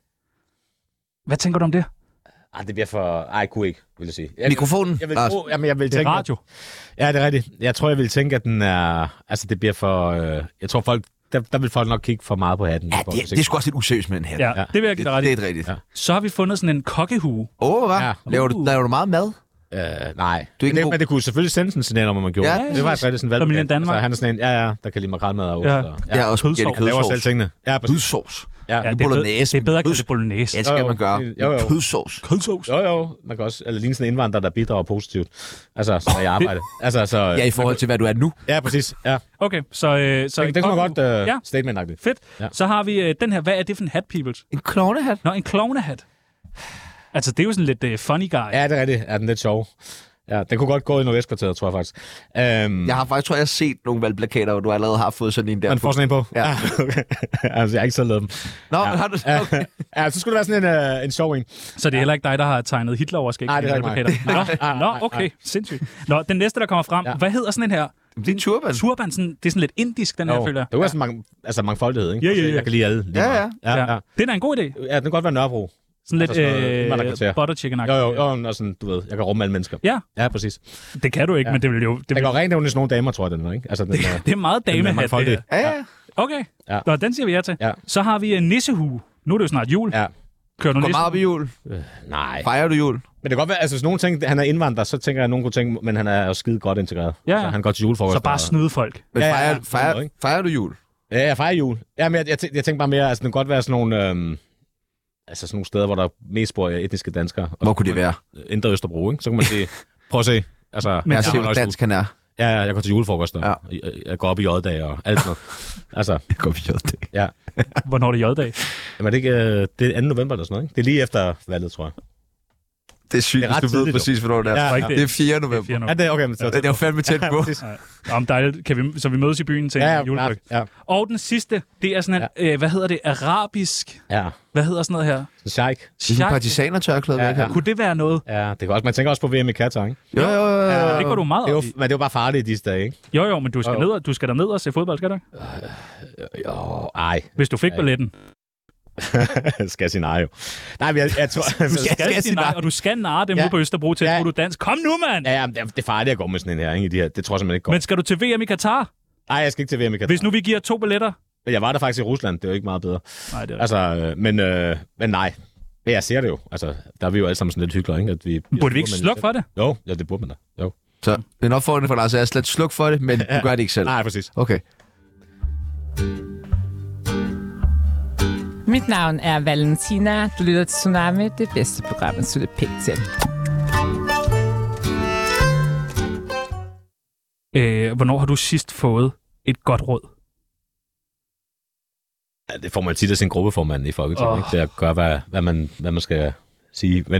Hvad tænker du om det? Det bliver for... Ej, kunne ikke, vil jeg sige. Mikrofonen? Jeg vil det er radio. Ja, det er rigtigt. Jeg tror, jeg vil tænke, at den er... Altså, det bliver for... jeg tror, folk... Der vil folk nok kigge for meget på hatten. Ja, det er sgu også lidt useriøst med en hat. Ja, det vil jeg give dig ret i. Det er rigtigt. Ja. Så har vi fundet sådan en kokkehue. Hvad? Ja. Laver du meget mad? Nej. Men det kunne selvfølgelig sende sådan en signal om, at man gjorde det. Det var faktisk rigtig sådan valgt. Familien Danmark. Altså, han er sådan en, der kan lide makrelmad og ost. Ja, og kødsovs. Jeg laver selv tingene. Ja, kødsovs. Ja, det er bedre at kalde det bolognese. Ja, det skal man gøre. Kødsovs. Jo. Man kan også... Eller ligne sådan en indvandrer, der bidrager positivt. Altså, så i arbejde. Så, ja, i forhold til, hvad du er nu. Ja, præcis. Ja. Okay, så det kan man godt statement-agtigt. Fedt. Ja. Så har vi den her. Hvad er det for en hat, peoples? En klovnehat. Nå, en klovnehat. Altså, det er jo sådan lidt funny guy. Ja, det er rigtigt. Er den lidt sjov. Ja, den kunne godt gå i Nordvestkvarteret, tror jeg faktisk. Jeg har faktisk, jeg har set nogle valgplakater, hvor du allerede har fået sådan en der. Man får sådan en på? Ja. Okay. Altså, jeg har ikke selv lavet dem. Nå, har du okay. Ja, så skulle det være sådan en sjov en. Så det er heller ikke dig, der har tegnet Hitler-overskæg? Nej, det er ikke mig. Nå, okay. Sindssygt. Nå, den næste, der kommer frem. Hvad hedder sådan en her? Det er en turban. Turban, sådan, det er sådan lidt indisk, den her, føler jeg. Det er også mangfoldighed, ikke? Ja. Jeg kan lide alle. Ja. Det er en god idé. Ja, den kan godt være Nørrebro. Sådan lidt butter chicken-agtigt. Jo, og sådan, du ved, jeg kan rumme alle mennesker. Ja, præcis. Det kan du ikke, men det vil jo... Det går rent under sådan nogle damer, tror jeg, den er, ikke? Altså, det er meget damehat, det her. Ja. Okay, Nå, den siger vi ja til. Ja. Så har vi en nissehue. Nu er det jo snart jul. Ja. Kører du nissehue? Går meget op i jul? Nej. Fejrer du jul? Men det kan godt være, altså hvis nogen tænker, han er indvandrer, så tænker jeg, at nogen kunne tænke, men han er jo skide godt integreret. Ja. Så han går til julefrokost. Så bare snyde folk. Men fejrer du jul? Ja, jeg fejrer jul. Ja, men jeg tænker bare mere, altså det kan godt være sådan nogle... Altså sådan nogle steder, hvor der er mest bor etniske danskere. Hvor kunne det være? Indre Østerbro, ikke? Så kan man sige, prøv at se. Altså, men jeg siger, hvor dansk han er. Ja, jeg går til julefrokoster. Ja. Jeg går op i J-dag og alt sådan noget. Altså, jeg går op i J-dag? Ja. Hvornår er det J-dag? Jamen, det er 2. november eller sådan noget, ikke? Det er lige efter valget, tror jeg. Det er sygt, hvis du ved præcis, hvornår det er. Ja, det er 4. november. Ja, det er okay. Det er jo fandme tæt på. Om dejligt. Så vi mødes i byen til en julefrokost. Ja. Og den sidste, det er sådan en, hvad hedder det, arabisk? Ja. Hvad hedder sådan noget her? Sheikh. Det er partisaner-tørklæde. Ja. Kunne det være noget? Ja, det kan også. Man tænker også på VM i Katar, ikke? Jo. Ja, det går du meget op i. Men det er jo bare farligt i disse dage, ikke? Jo, men du skal derned og se fodbold, skal du ikke? Jo, ej. Hvis du fik balletten. Skal jeg sige nej, jo. Nej, men jeg tror... Du skal sige nej, og du skal narre dem ude på Østerbro til at du dansk. Kom nu, mand! Ja, det er farligt at gå med sådan en her, ikke? Det tror jeg simpelthen ikke går. Men skal du til VM i Katar? Nej, jeg skal ikke til VM i Katar. Hvis nu vi giver 2 billetter? Jeg var der faktisk i Rusland, det er jo ikke meget bedre. Nej, det er altså, men nej. Men jeg ser det jo. Altså, der er vi jo alle sammen sådan lidt hyggelige, ikke? At vi burde vi ikke slukke for det? Jo, ja, det burde man da. Jo. Så en opfordring fra Lars er slet sluk for det, men du gør det ikke selv. Nej, præcis. Okay. Mit navn er Valentina. Du lytter til Tsunami, det bedste program, at slutte pænt til. hvornår har du sidst fået et godt råd? Ja, det får man tit af sin gruppeformand i Folketinget, ikke? Det at gøre, hvad man skal sige. Men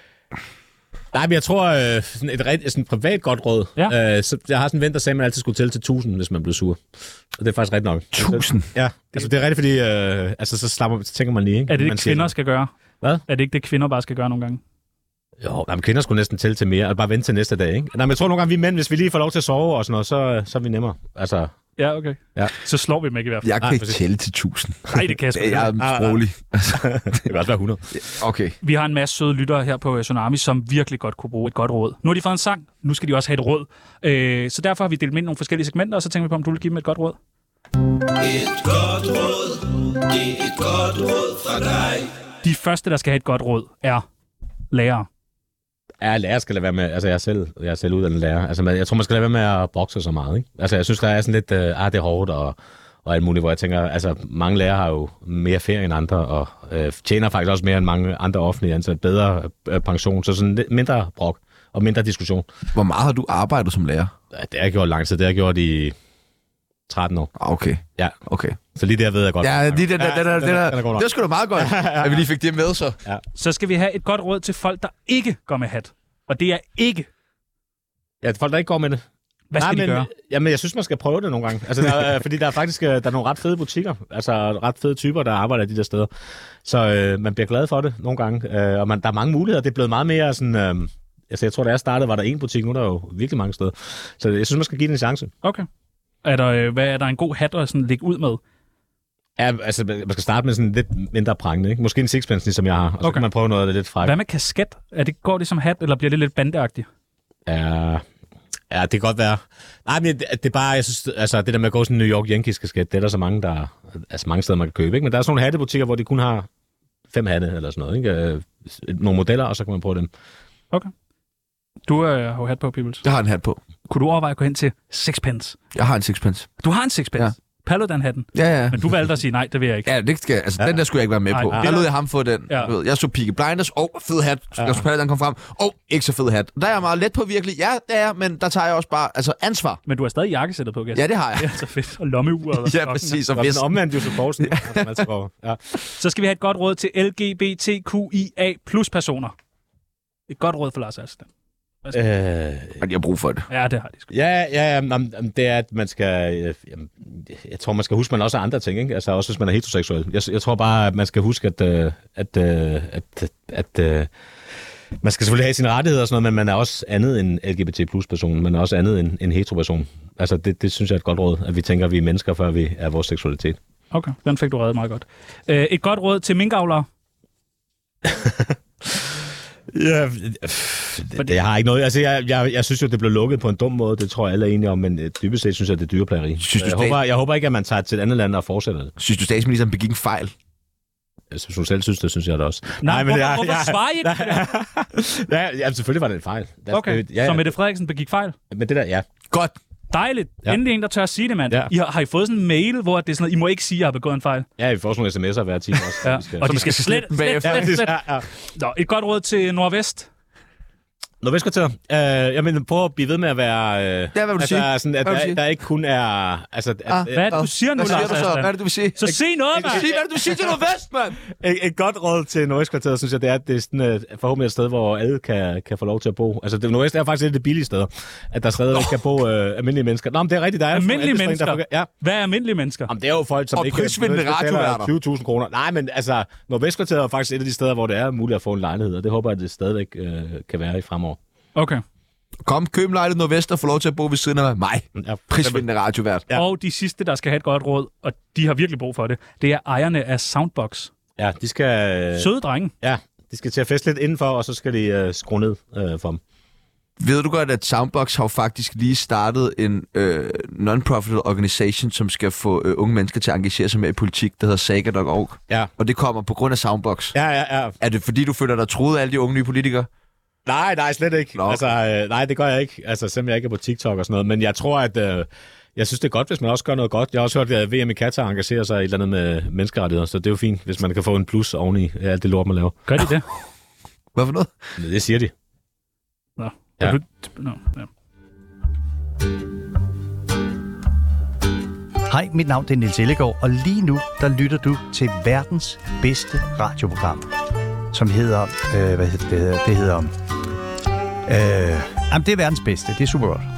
nej, men jeg tror, sådan et privat godt råd. Ja. Så jeg har sådan en ven, der sagde, at man altid skulle tælle til 1000, hvis man blev sur. Og det er faktisk rigtigt nok. 1000? Ja, altså det er rigtigt, fordi så tænker man lige, ikke? Er det det, kvinder skal gøre? Hvad? Er det ikke det, kvinder bare skal gøre nogle gange? Jo, men kvinder skulle næsten tælle til mere, og bare vente til næste dag, ikke? Nej, men jeg tror nogle gange, vi mænd, hvis vi lige får lov til at sove og sådan noget, så er vi nemmere. Altså... Ja, okay. Ja. Så slår vi dem ikke i hvert fald. Jeg kan ikke tælle til 1000. Nej, det kan jeg sgu ikke. Jeg er sproglig. Det kan også være 100. Okay. Vi har en masse søde lyttere her på Tsunami, som virkelig godt kunne bruge et godt råd. Nu har de fået en sang, nu skal de også have et råd. Så derfor har vi delt dem ind i nogle forskellige segmenter, og så tænker vi på, om du vil give dem et godt råd. Et godt råd, det er et godt råd fra dig. De første, der skal have et godt råd, er lærere. Ja, lærer skal lade være med, altså jeg er selv uddannet lærer. Altså jeg tror, man skal lade være med at bokse så meget, ikke? Altså jeg synes, der er sådan lidt, det er hårdt og alt muligt, hvor jeg tænker, altså mange lærere har jo mere ferie end andre, og tjener faktisk også mere end mange andre offentlige ansatte, bedre pension, så sådan lidt mindre brok og mindre diskussion. Hvor meget har du arbejdet som lærer? Ja, det har jeg gjort lang tid, det har jeg gjort i 13 år. Okay. Ja. Okay. Så lige der ved jeg godt. Ja, lige det er sgu da meget godt, at vi lige fik det med, så. Ja. Så skal vi have et godt råd til folk, der ikke går med hat. Og det er ikke... Ja, folk, der ikke går med det. Hvad skal de gøre? Jamen, jeg synes, man skal prøve det nogle gange. Altså, fordi der er faktisk der er nogle ret fede butikker, altså ret fede typer, der arbejder de der steder. Så man bliver glad for det nogle gange. Og der er mange muligheder. Det er blevet meget mere sådan... altså, jeg tror, da jeg startede, var der en butik. Nu er der jo virkelig mange steder. Så jeg synes, man skal give den en chance. Okay. Er der en god hat at sådan lægge ud med? Ja, altså, man skal starte med sådan lidt mindre prangende, ikke? Måske en sixpence, som jeg har. Og så kan man prøve noget af det lidt frækt. Hvad med kasket? Går det som hat, eller bliver det lidt bandeagtigt? Ja, det kan godt være. Nej, men det er bare, jeg synes, altså det der med at gå sådan en New York Yankees kasket, det er der så mange, mange steder, man kan købe, ikke? Men der er sådan nogle hattebutikker, hvor de kun har 5 hatte eller sådan noget, ikke? Nogle modeller, og så kan man prøve dem. Okay. Du har jo hat på, Peoples. Jeg har en hat på. Kunne du overveje at gå hen til sixpence? Jeg har en sixpence. Du har en sixpence? Ja. Paludan-hatten? Ja. Men du valgte at sige, nej, det vil jeg ikke. Ja, det skal altså, den der skulle jeg ikke være med på. Der lod jeg ham få den. Ja. Jeg så Peaky Blinders, fed hat. Jeg så Paludan kom frem, ikke så fed hat. Der er jeg meget let på virkelig. Ja, det er, men der tager jeg også bare ansvar. Men du har stadig jakkesættet på, Gæs. Ja, det har jeg. Det er så fedt. Og lommeur. Ja, præcis. Og hvis omvendt Josef Poulsen. Ja. Så skal vi have et godt råd til LGBTQIA+ personer. Et godt råd for Lars Aslan. De har brug for det. Ja, det har de sgu. Ja, det er, at man skal... jeg tror, man skal huske, at man også har andre ting, ikke? Altså også, hvis man er heteroseksuel. Jeg tror bare, at man skal huske, at man skal selvfølgelig have sine rettigheder og sådan noget, men man er også andet end LGBT+-person. Man er også andet end hetero-person. Altså, det synes jeg er et godt råd, at vi tænker, at vi er mennesker, før vi er vores seksualitet. Okay, den fik du reddet meget godt. Et godt råd til minkavlere? Ja, jeg har ikke noget. Altså, jeg synes jo, det blev lukket på en dum måde. Det tror jeg alle er enige om, men dybest set synes jeg, det er dyreplageri. Jeg håber ikke, at man tager til et andet land og fortsætter det. Synes du, statsministeren begik en fejl? Hvis hun selv synes det, synes jeg det også. Nej, men hvorfor svarer I ikke? Ja, selvfølgelig var det en fejl. Okay, så Mette Frederiksen begik fejl? Men det der, ja. Godt. Dejligt. Ja. Endelig en, der tør at sige det, mand. Ja. Har I fået sådan en mail, hvor det er sådan noget, I må ikke sige, at jeg har begået en fejl? Ja, vi får sådan nogle sms'er hver time også. Ja. Og de skal slet. Ja. Nå, et godt råd til Nordvest. Nordvestkvarteret. Jeg mener, prøv at blive ved med at være... hvad vil du sige? Sådan, at der ikke kun er... Altså, hvad er det, du siger nu, Lars? Hvad er det, du vil sige? Så sig noget, mand! Hvad er det, du siger til Nordvest, mand? Et godt råd til Nordvestkvarteret, synes jeg, det er, at det er sådan, forhåbentlig et sted, hvor alle kan få lov til at bo. Altså, Nordvest er faktisk et af de billige steder, at der stadigvæk kan bo almindelige mennesker. Nå, men det er rigtigt, der er... Almindelige mennesker? Ja. Hvad er almindelige mennesker? Jamen, det er jo folk, som ikke... Og prisvindende radioværter. 20.000 kroner. Nej, men altså, Nordvestkvarteret er faktisk et af de steder, hvor det er muligt at få en lejlighed, og det håber jeg, at det stadigvæk kan være i fremover. Okay. Kom, køb en lejlighed Nordvest og få lov til at bo ved siden af mig. Ja. Prisvindende radiovært. Ja. Og de sidste, der skal have et godt råd, og de har virkelig brug for det, det er ejerne af Soundbox. Ja, de skal... Søde drenge. Ja, de skal til at feste lidt indenfor, og så skal de skrue ned for dem. Ved du godt, at Soundbox har faktisk lige startet en non-profit organisation, som skal få unge mennesker til at engagere sig mere i politik, der hedder Saga.org. Ja. Og det kommer på grund af Soundbox. Ja. Er det fordi, du føler dig truet af alle de unge nye politikere? Nej, slet ikke. Nå. Altså, nej, det gør jeg ikke. Altså, selvom jeg ikke er på TikTok og sådan noget. Men jeg tror, at jeg synes, det er godt, hvis man også gør noget godt. Jeg har også hørt, at VM i Katar engagerer sig i et eller andet med menneskerettigheder, så det er jo fint, hvis man kan få en plus oveni alt det lort, man laver. Gør de det? Hvad for noget? Det siger de. Nå. Ja. Nå. Ja. Hej, mit navn er Niels Ellegaard, og lige nu, der lytter du til verdens bedste radioprogram, som hedder... Det hedder... det er verdens bedste. Det er super godt.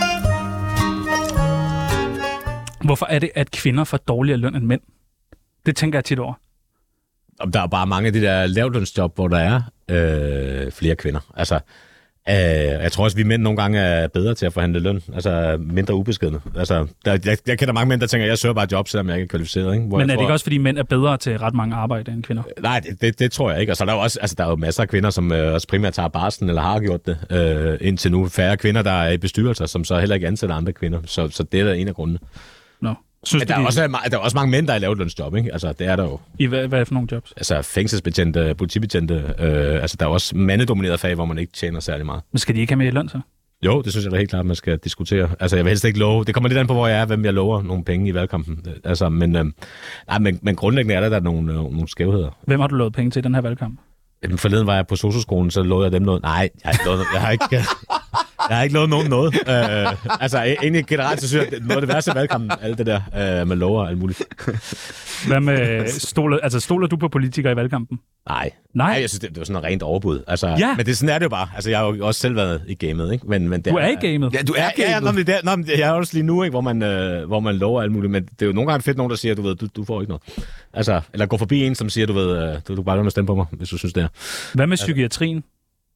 Hvorfor er det, at kvinder får dårligere løn end mænd? Det tænker jeg tit over. Der er bare mange af de der lavtlønsjob, hvor der er flere kvinder. Altså, jeg tror også, at vi mænd nogle gange er bedre til at forhandle løn. Altså, mindre ubeskedne. Altså, jeg kender mange mænd, der tænker, at jeg søger bare job, selvom jeg ikke er kvalificeret. Ikke? Men er det ikke også, fordi mænd er bedre til ret mange arbejde end kvinder? Nej, det tror jeg ikke. Og så er der jo også, altså, der er jo masser af kvinder, som også primært tager barslen, eller har gjort det indtil nu. Færre kvinder, der er i bestyrelser, som så heller ikke ansætter andre kvinder. Så det er der en af grundene. Nå. Der er også mange mænd, der er lavet lønsjob, ikke? Altså, det er der jo. I hvad er det for nogle jobs? Altså, fængselsbetjente, politibetjente. Altså, der er også mandedominerede fag, hvor man ikke tjener særlig meget. Men skal de ikke have med i løn, så? Jo, det synes jeg da helt klart, man skal diskutere. Altså, jeg vil helst ikke love. Det kommer lidt an på, hvor jeg er, hvem jeg lover nogle penge i valgkampen. Altså, men grundlæggende er der nogle skævheder. Hvem har du lovet penge til i den her valgkamp? Forleden var jeg på socioskolen, så lovede jeg dem noget. Nej, jeg har ikke lovet nogen noget. Altså, egentlig generelt, så synes jeg, noget af det værste valgkampen, alt det der, man lover alt muligt. Hvad med, stoler du på politikere i valgkampen? Nej, jeg synes, det var sådan noget rent overbud. Altså, ja. Men sådan er det jo bare. Altså, jeg har jo også selv været i gamet, ikke? Men du er i gamet? Ja, du er gamet. Jeg er også lige nu, ikke? Hvor man lover alt muligt. Men det er jo nogle gange fedt, nogen der siger, du får ikke noget. Altså, eller gå forbi en, som siger, du bare vil stemme på mig, hvis du synes det er. Hvad med psykiatrien?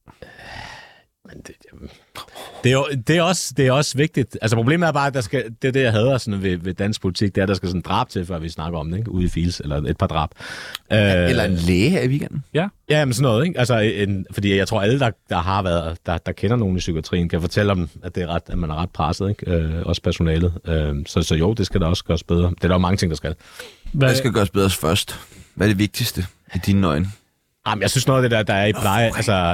Det er også vigtigt. Altså problemet er bare, at det er det, jeg hader sådan ved dansk politik, det er, at der skal sådan en drab til, før vi snakker om det, ikke? Ude i Fils, eller et par drab. Eller en læge her i weekenden. Ja, men sådan noget, ikke? Altså, fordi jeg tror, alle, der kender nogen i psykiatrien, kan fortælle om, at at man er ret presset, ikke? Også personalet. Så jo, det skal da også gøres bedre. Det er der jo mange ting, der skal. Hvad skal gøres bedre først? Hvad er det vigtigste i dine øjne? Jamen, jeg synes noget af det der er i pleje,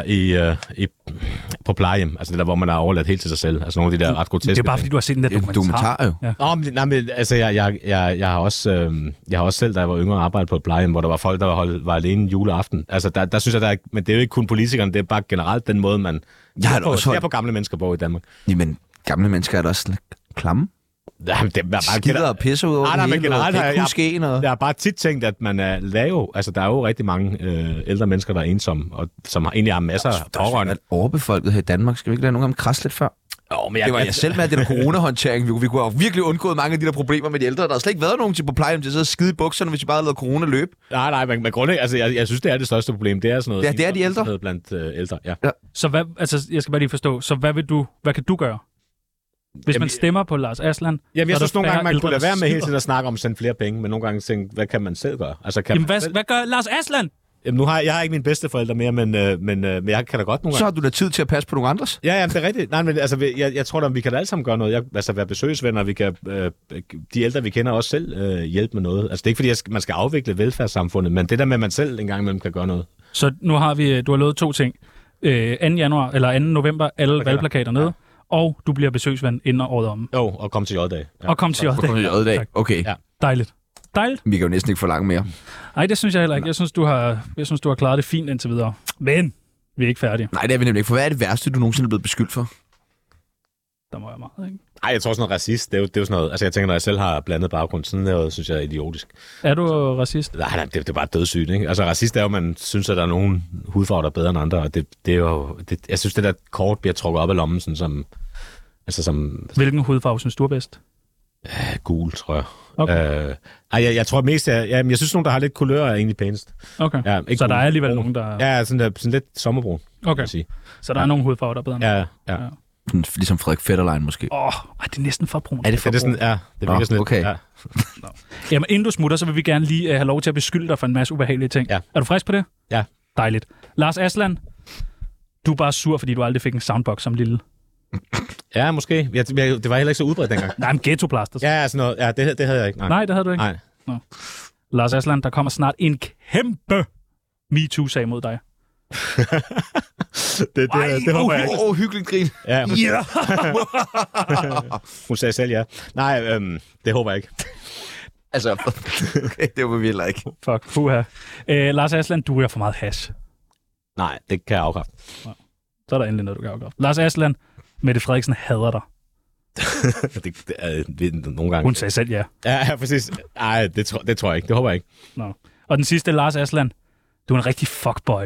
på plejehjem, altså det der, hvor man er overladt helt til sig selv, altså nogle af de der ret groteske. Det er bare fordi, du har set den der dokumentar. Jo. Ja. Men altså, jeg har også selv, da jeg var yngre, arbejdet på et plejehjem, hvor der var folk, der var alene juleaften. Altså, der synes jeg, men det er jo ikke kun politikerne, det er bare generelt den måde, man ser på gamle mennesker på i Danmark. Jamen, gamle mennesker er da også klamme. Jamen, det er bare skider og pisser ud over det hele. Men generelt jeg har bare tit tænkt, at man er lav. Altså, der er jo rigtig mange ældre mennesker, der er ensomme, og som egentlig har masser af pårørende. Der er overbefolket her i Danmark. Skal vi ikke lade nogen af dem krasse lidt før? Men det var jeg selv med, at det der coronahåndtering. Vi kunne have virkelig undgået mange af de der problemer med de ældre. Der har slet ikke været nogen til på plejehjem til at sidde og skide i bukserne, hvis vi bare havde lavet corona løb. Nej, men grundlæggende, altså, jeg synes, det er det største problem. Det er sådan noget. Ja, det er de ældre. Blandt ældre, ja. Så hvad, altså, jeg skal bare lige forstå, så hvad kan du gøre? Hvis man stemmer på Lars Aslan... Jamen, jeg synes nogle gange, man kunne lade være med hele tiden at snakke om at sende flere penge, men nogle gange tænke, hvad kan man selv gøre? Altså, hvad gør Lars Aslan? Jamen, jeg har ikke mine bedsteforældre mere, men jeg kan da godt nogle gange. Så har du da tid til at passe på nogle andres? Ja, det er rigtigt. Nej, men altså, jeg tror da, vi kan da alle sammen gøre noget. Være besøgsvenner, vi kan... de ældre, vi kender, også selv hjælpe med noget. Altså, det er ikke, fordi man skal afvikle velfærdssamfundet, men det der med, at man selv en gang imellem kan gøre noget. Så nu har du har lovet 2 ting. 2. januar, eller 2. november, alle valgplakater nede. Og du bliver besøgsven inden året om. Jo, og kom til J-dag. Ja. Og kom til J-dag. Okay. Ja. Dejligt. Vi kan jo næsten ikke forlange mere. Nej, det synes jeg heller ikke. Jeg synes, du har klaret det fint indtil videre. Men vi er ikke færdige. Nej, det er vi nemlig ikke. For hvad er det værste, du nogensinde er blevet beskyldt for? Der må jeg meget, ikke? Nej, jeg tror sådan noget racist. Det er jo sådan noget... Altså, jeg tænker, når jeg selv har blandet baggrund, sådan noget, synes jeg er idiotisk. Er du racist? Nej, det er bare dødssygt, ikke? Altså, racist er jo, man synes, at der er nogen hudfarver, der er bedre end andre, og det er jo... jeg synes, det der kort bliver trukket op af lommen, sådan som... Hvilken hudfarve synes du er bedst? Gul, tror jeg. Okay. Jeg tror mest, jeg synes, nogen, der har lidt kulør, er egentlig pænest. Okay, så gul. Der er alligevel nogen, der... Ja, sådan lidt sommerbrun. Okay, så der er nogle hudfarver, der er bedre end ja. Ligesom Frederik Fetterlein måske. Det er næsten for brun. Er det for brun? Ja, det virker sådan okay. lidt. Ja. Jamen, inden du smutter, så vil vi gerne lige have lov til at beskylde dig for en masse ubehagelige ting. Ja. Er du frisk på det? Ja. Dejligt. Lars Aslan, du er bare sur, fordi du aldrig fik en soundbox som lille. Ja, måske. Det var heller ikke så udbredt dengang. Nej, men ghettoplaster. Ja, sådan noget. Ja, det havde jeg ikke. Nej, det havde du ikke? Nej. Nå. Lars Aslan, der kommer snart en kæmpe MeToo-sag mod dig. det håber jeg ikke. Hyggeligt grin. Ja. Hun sagde selv ja. Nej, det håber jeg ikke. Altså, okay, det var vi heller ikke. Fuck, puha. Lars Aslan, du er for meget hash. Nej, det kan jeg afkræfte. Så er der endelig noget, du kan afkræfte. Lars Aslan, Mette Frederiksen hader dig. det er nogle gange. Hun sagde selv ja. Ja, præcis. Nej, det tror jeg ikke. Det håber jeg ikke. Nå. Og den sidste, Lars Aslan. Du er en rigtig fuckboy.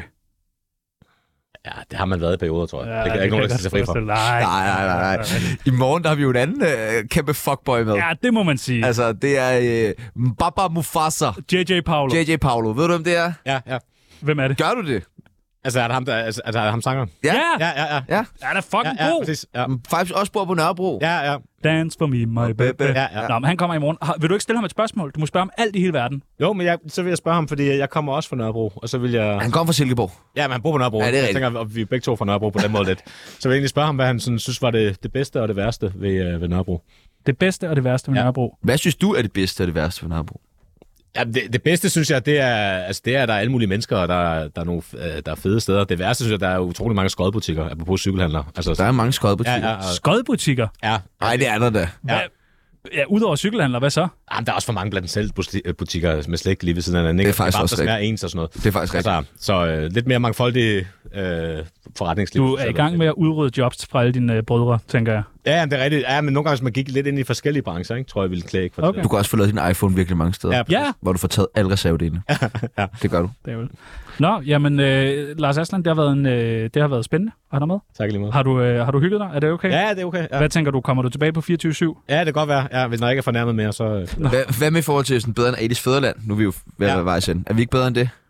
Ja, det har man været i perioder, tror jeg. Ja, det kan ikke nogen, der skal sig fri fra. Nej. I morgen der har vi jo en anden kæmpe fuckboy med. Ja, det må man sige. Altså, det er Baba Mufasa. JJ Paolo. Ved du, hvem det er? Ja. Hvem er det? Gør du det? Altså, er det ham sangeren? Ja. Ja, det er fucking god. Præcis. Ja. Faktisk også bor på Nørrebro. Ja. Dance for me, my baby. Ja. Nå, men han kommer i morgen. Vil du ikke stille ham et spørgsmål? Du må spørge om alt i hele verden. Jo, men så vil jeg spørge ham, fordi jeg kommer også fra Nørrebro, og så vil jeg... Han kommer fra Silkeborg. Ja, men han bor på Nørrebro. Ja, det er jeg tænker, at vi er begge to fra Nørrebro på den måde lidt. Så vil jeg egentlig spørge ham, hvad han synes var det bedste og det værste ved Nørrebro. Det bedste og det værste ved Nørrebro. Hvad synes du er det bedste og det værste ved Nørrebro? Ja, det bedste, synes jeg, det er, at der er alle mulige mennesker, og der er fede steder. Det værste, synes jeg, der er utrolig mange skodbutikker, apropos cykelhandler. Altså, der er mange skodbutikker. Ja. Skodbutikker? Ja. Nej, det er der da. Ja, udover cykelhandler, hvad så? Jamen, der er også for mange blandt selv butikker med slægt lige ved siden af hinanden. Det er faktisk også rigtigt. Ens og sådan noget. Det er faktisk rigtigt. Så lidt mere mangfoldige forretningsliv. Du er i gang med at udrydde jobs fra alle dine brødre, tænker jeg. Ja, det er rigtigt. Ja, men nogle gange, hvis man gik lidt ind i forskellige brancher, ikke, tror jeg, ville klæde ikke. Okay. Du kan også få lavet din iPhone virkelig mange steder. Ja. Hvor du får taget alle reservedelene. Ja. Det gør du. Det er vel. Nå, jamen, Lars Aslan, det har været spændende at have dig med. Tak lige måde. Har du hygget dig? Er det okay? Ja, det er okay. Ja. Hvad tænker du? Kommer du tilbage på 24/7? Ja, det kan godt være. Ja, hvis jeg ikke er fornærmet mere, så... Hvad med i forhold til sådan bedre end Adis Fædreland? Nu er vi jo ved at være vejs ind. Er vi ikke bedre end det?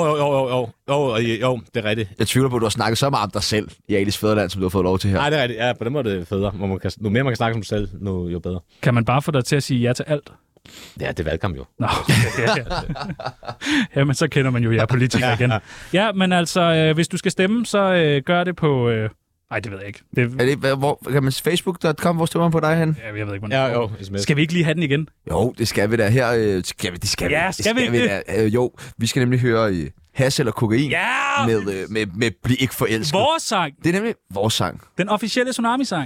Jo, det er rigtigt. Jeg tvivler på, at du har snakket så meget om dig selv i Adis Fædreland, som du har fået lov til her. Nej, det er rigtigt. Ja, på den måde er det federe. Nu mere man kan snakke om sig selv, jo bedre. Kan man bare få dig til at sige ja til alt? Ja, det er valgkamp jo. Nå, Jamen, så kender man jo jer politikere igen. Ja, men altså, hvis du skal stemme, så gør det på... Nej, det ved jeg ikke. Kan man Facebook.com, hvor stemmer man på dig hen? Ja, jeg ved ikke, hvordan jo, skal vi ikke lige have den igen? Jo, det skal vi da her. Skal vi. Jo, vi skal nemlig høre Hash eller Kokain med Bliv ikke forelsket. Vores sang. Det er nemlig vores sang. Den officielle Tsunami-sang.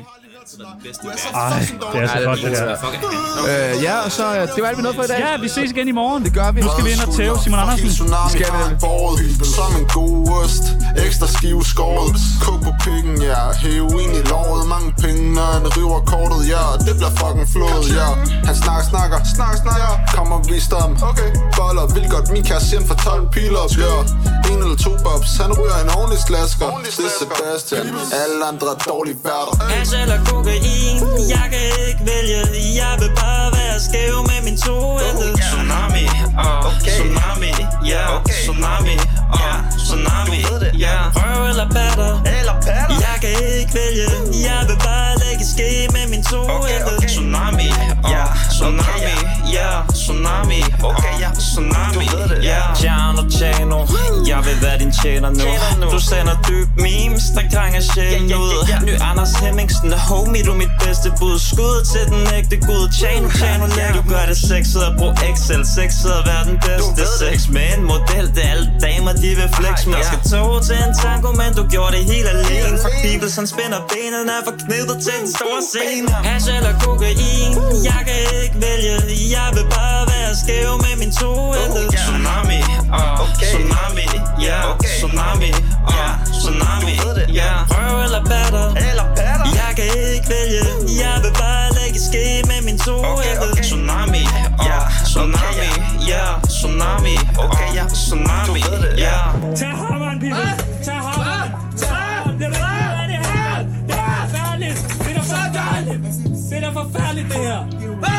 Ej, det er så godt, det der. Ja, og så det var alt, vi nåede for i dag. Ja, vi ses igen i morgen. Det gør vi. Nu skal vi ind og tæve Simon Andersen. Skal vi det? Som en god ost, ekstra skive skåret. Kog på pikken, ja, heroin i låret. Mange penge, når han river kortet, ja. Det bliver fucking flået, ja. Han snakker. Kommer vist om, okay. Boller, vil godt, min kæreste hjem for 12 piler, ja. En eller to bobs, han ryger en ordentlig slasker. Det er Sebastian, alle andre er dårlige værter. Hash eller kokain, jeg kan ikke vælge. Jeg vil bare være skæv med min toende. Tsunami, tsunami, ja, tsunami, tsunami, ja. Røv eller patter, jeg kan ikke vælge. Jeg vil bare lægge ske med min toende. Tsunami, tsunami, ja, tsunami, tsunami, ja. Chano, jeg vil være din tjener nu. Du sender dyb memes, der krænger sjælen ud. Ny Anders Hemmingsen er homie, du mit bedste bud. Skud til den ægte gud. Chano, lær du gør det sexet og brug Excel. Sexet at være den bedste sex med en model. Det er alle damer, de vil flex med. Jeg skal tog til en tango, men du gjorde det helt alene. For Bibels, han spænder benene for knyttet til den store scene. Hash eller kokain, jeg kan ikke vælge. Jeg vil bare være skæv med min toende. Tsunami, tsunami, ja, tsunami, tsunami, ja. Røv eller patter, jeg kan ikke vælge. Jeg vil bare lægge ske med min toende. Tsunami, tsunami, ja, tsunami, tsunami, ja. Tag hammeren, people. Tag hammeren. Det er her. Det er forfærdeligt. Det er forfærdeligt. Det er forfærdeligt, det her.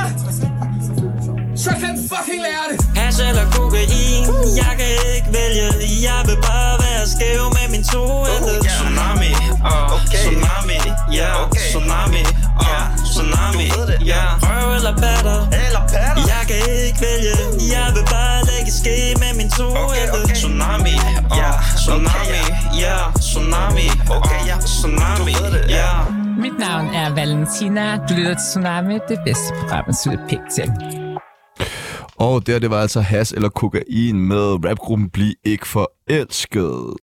Så kan fucking lære det. Hash eller kokain, jeg kan ikke vælge. Jeg vil bare være skæv med min toende. Tsunami, tsunami, ja, tsunami, tsunami, ja. Røv eller patter, jeg kan ikke vælge. Jeg vil bare lægge ske med min toende. Tsunami, tsunami, ja, tsunami, tsunami, ja. Mit navn er Valentina. Du lytter til Tsunami, det bedste program, man syder pænt til. Og det var altså Hash eller Kokain med rapgruppen Bliv ikke forelsket.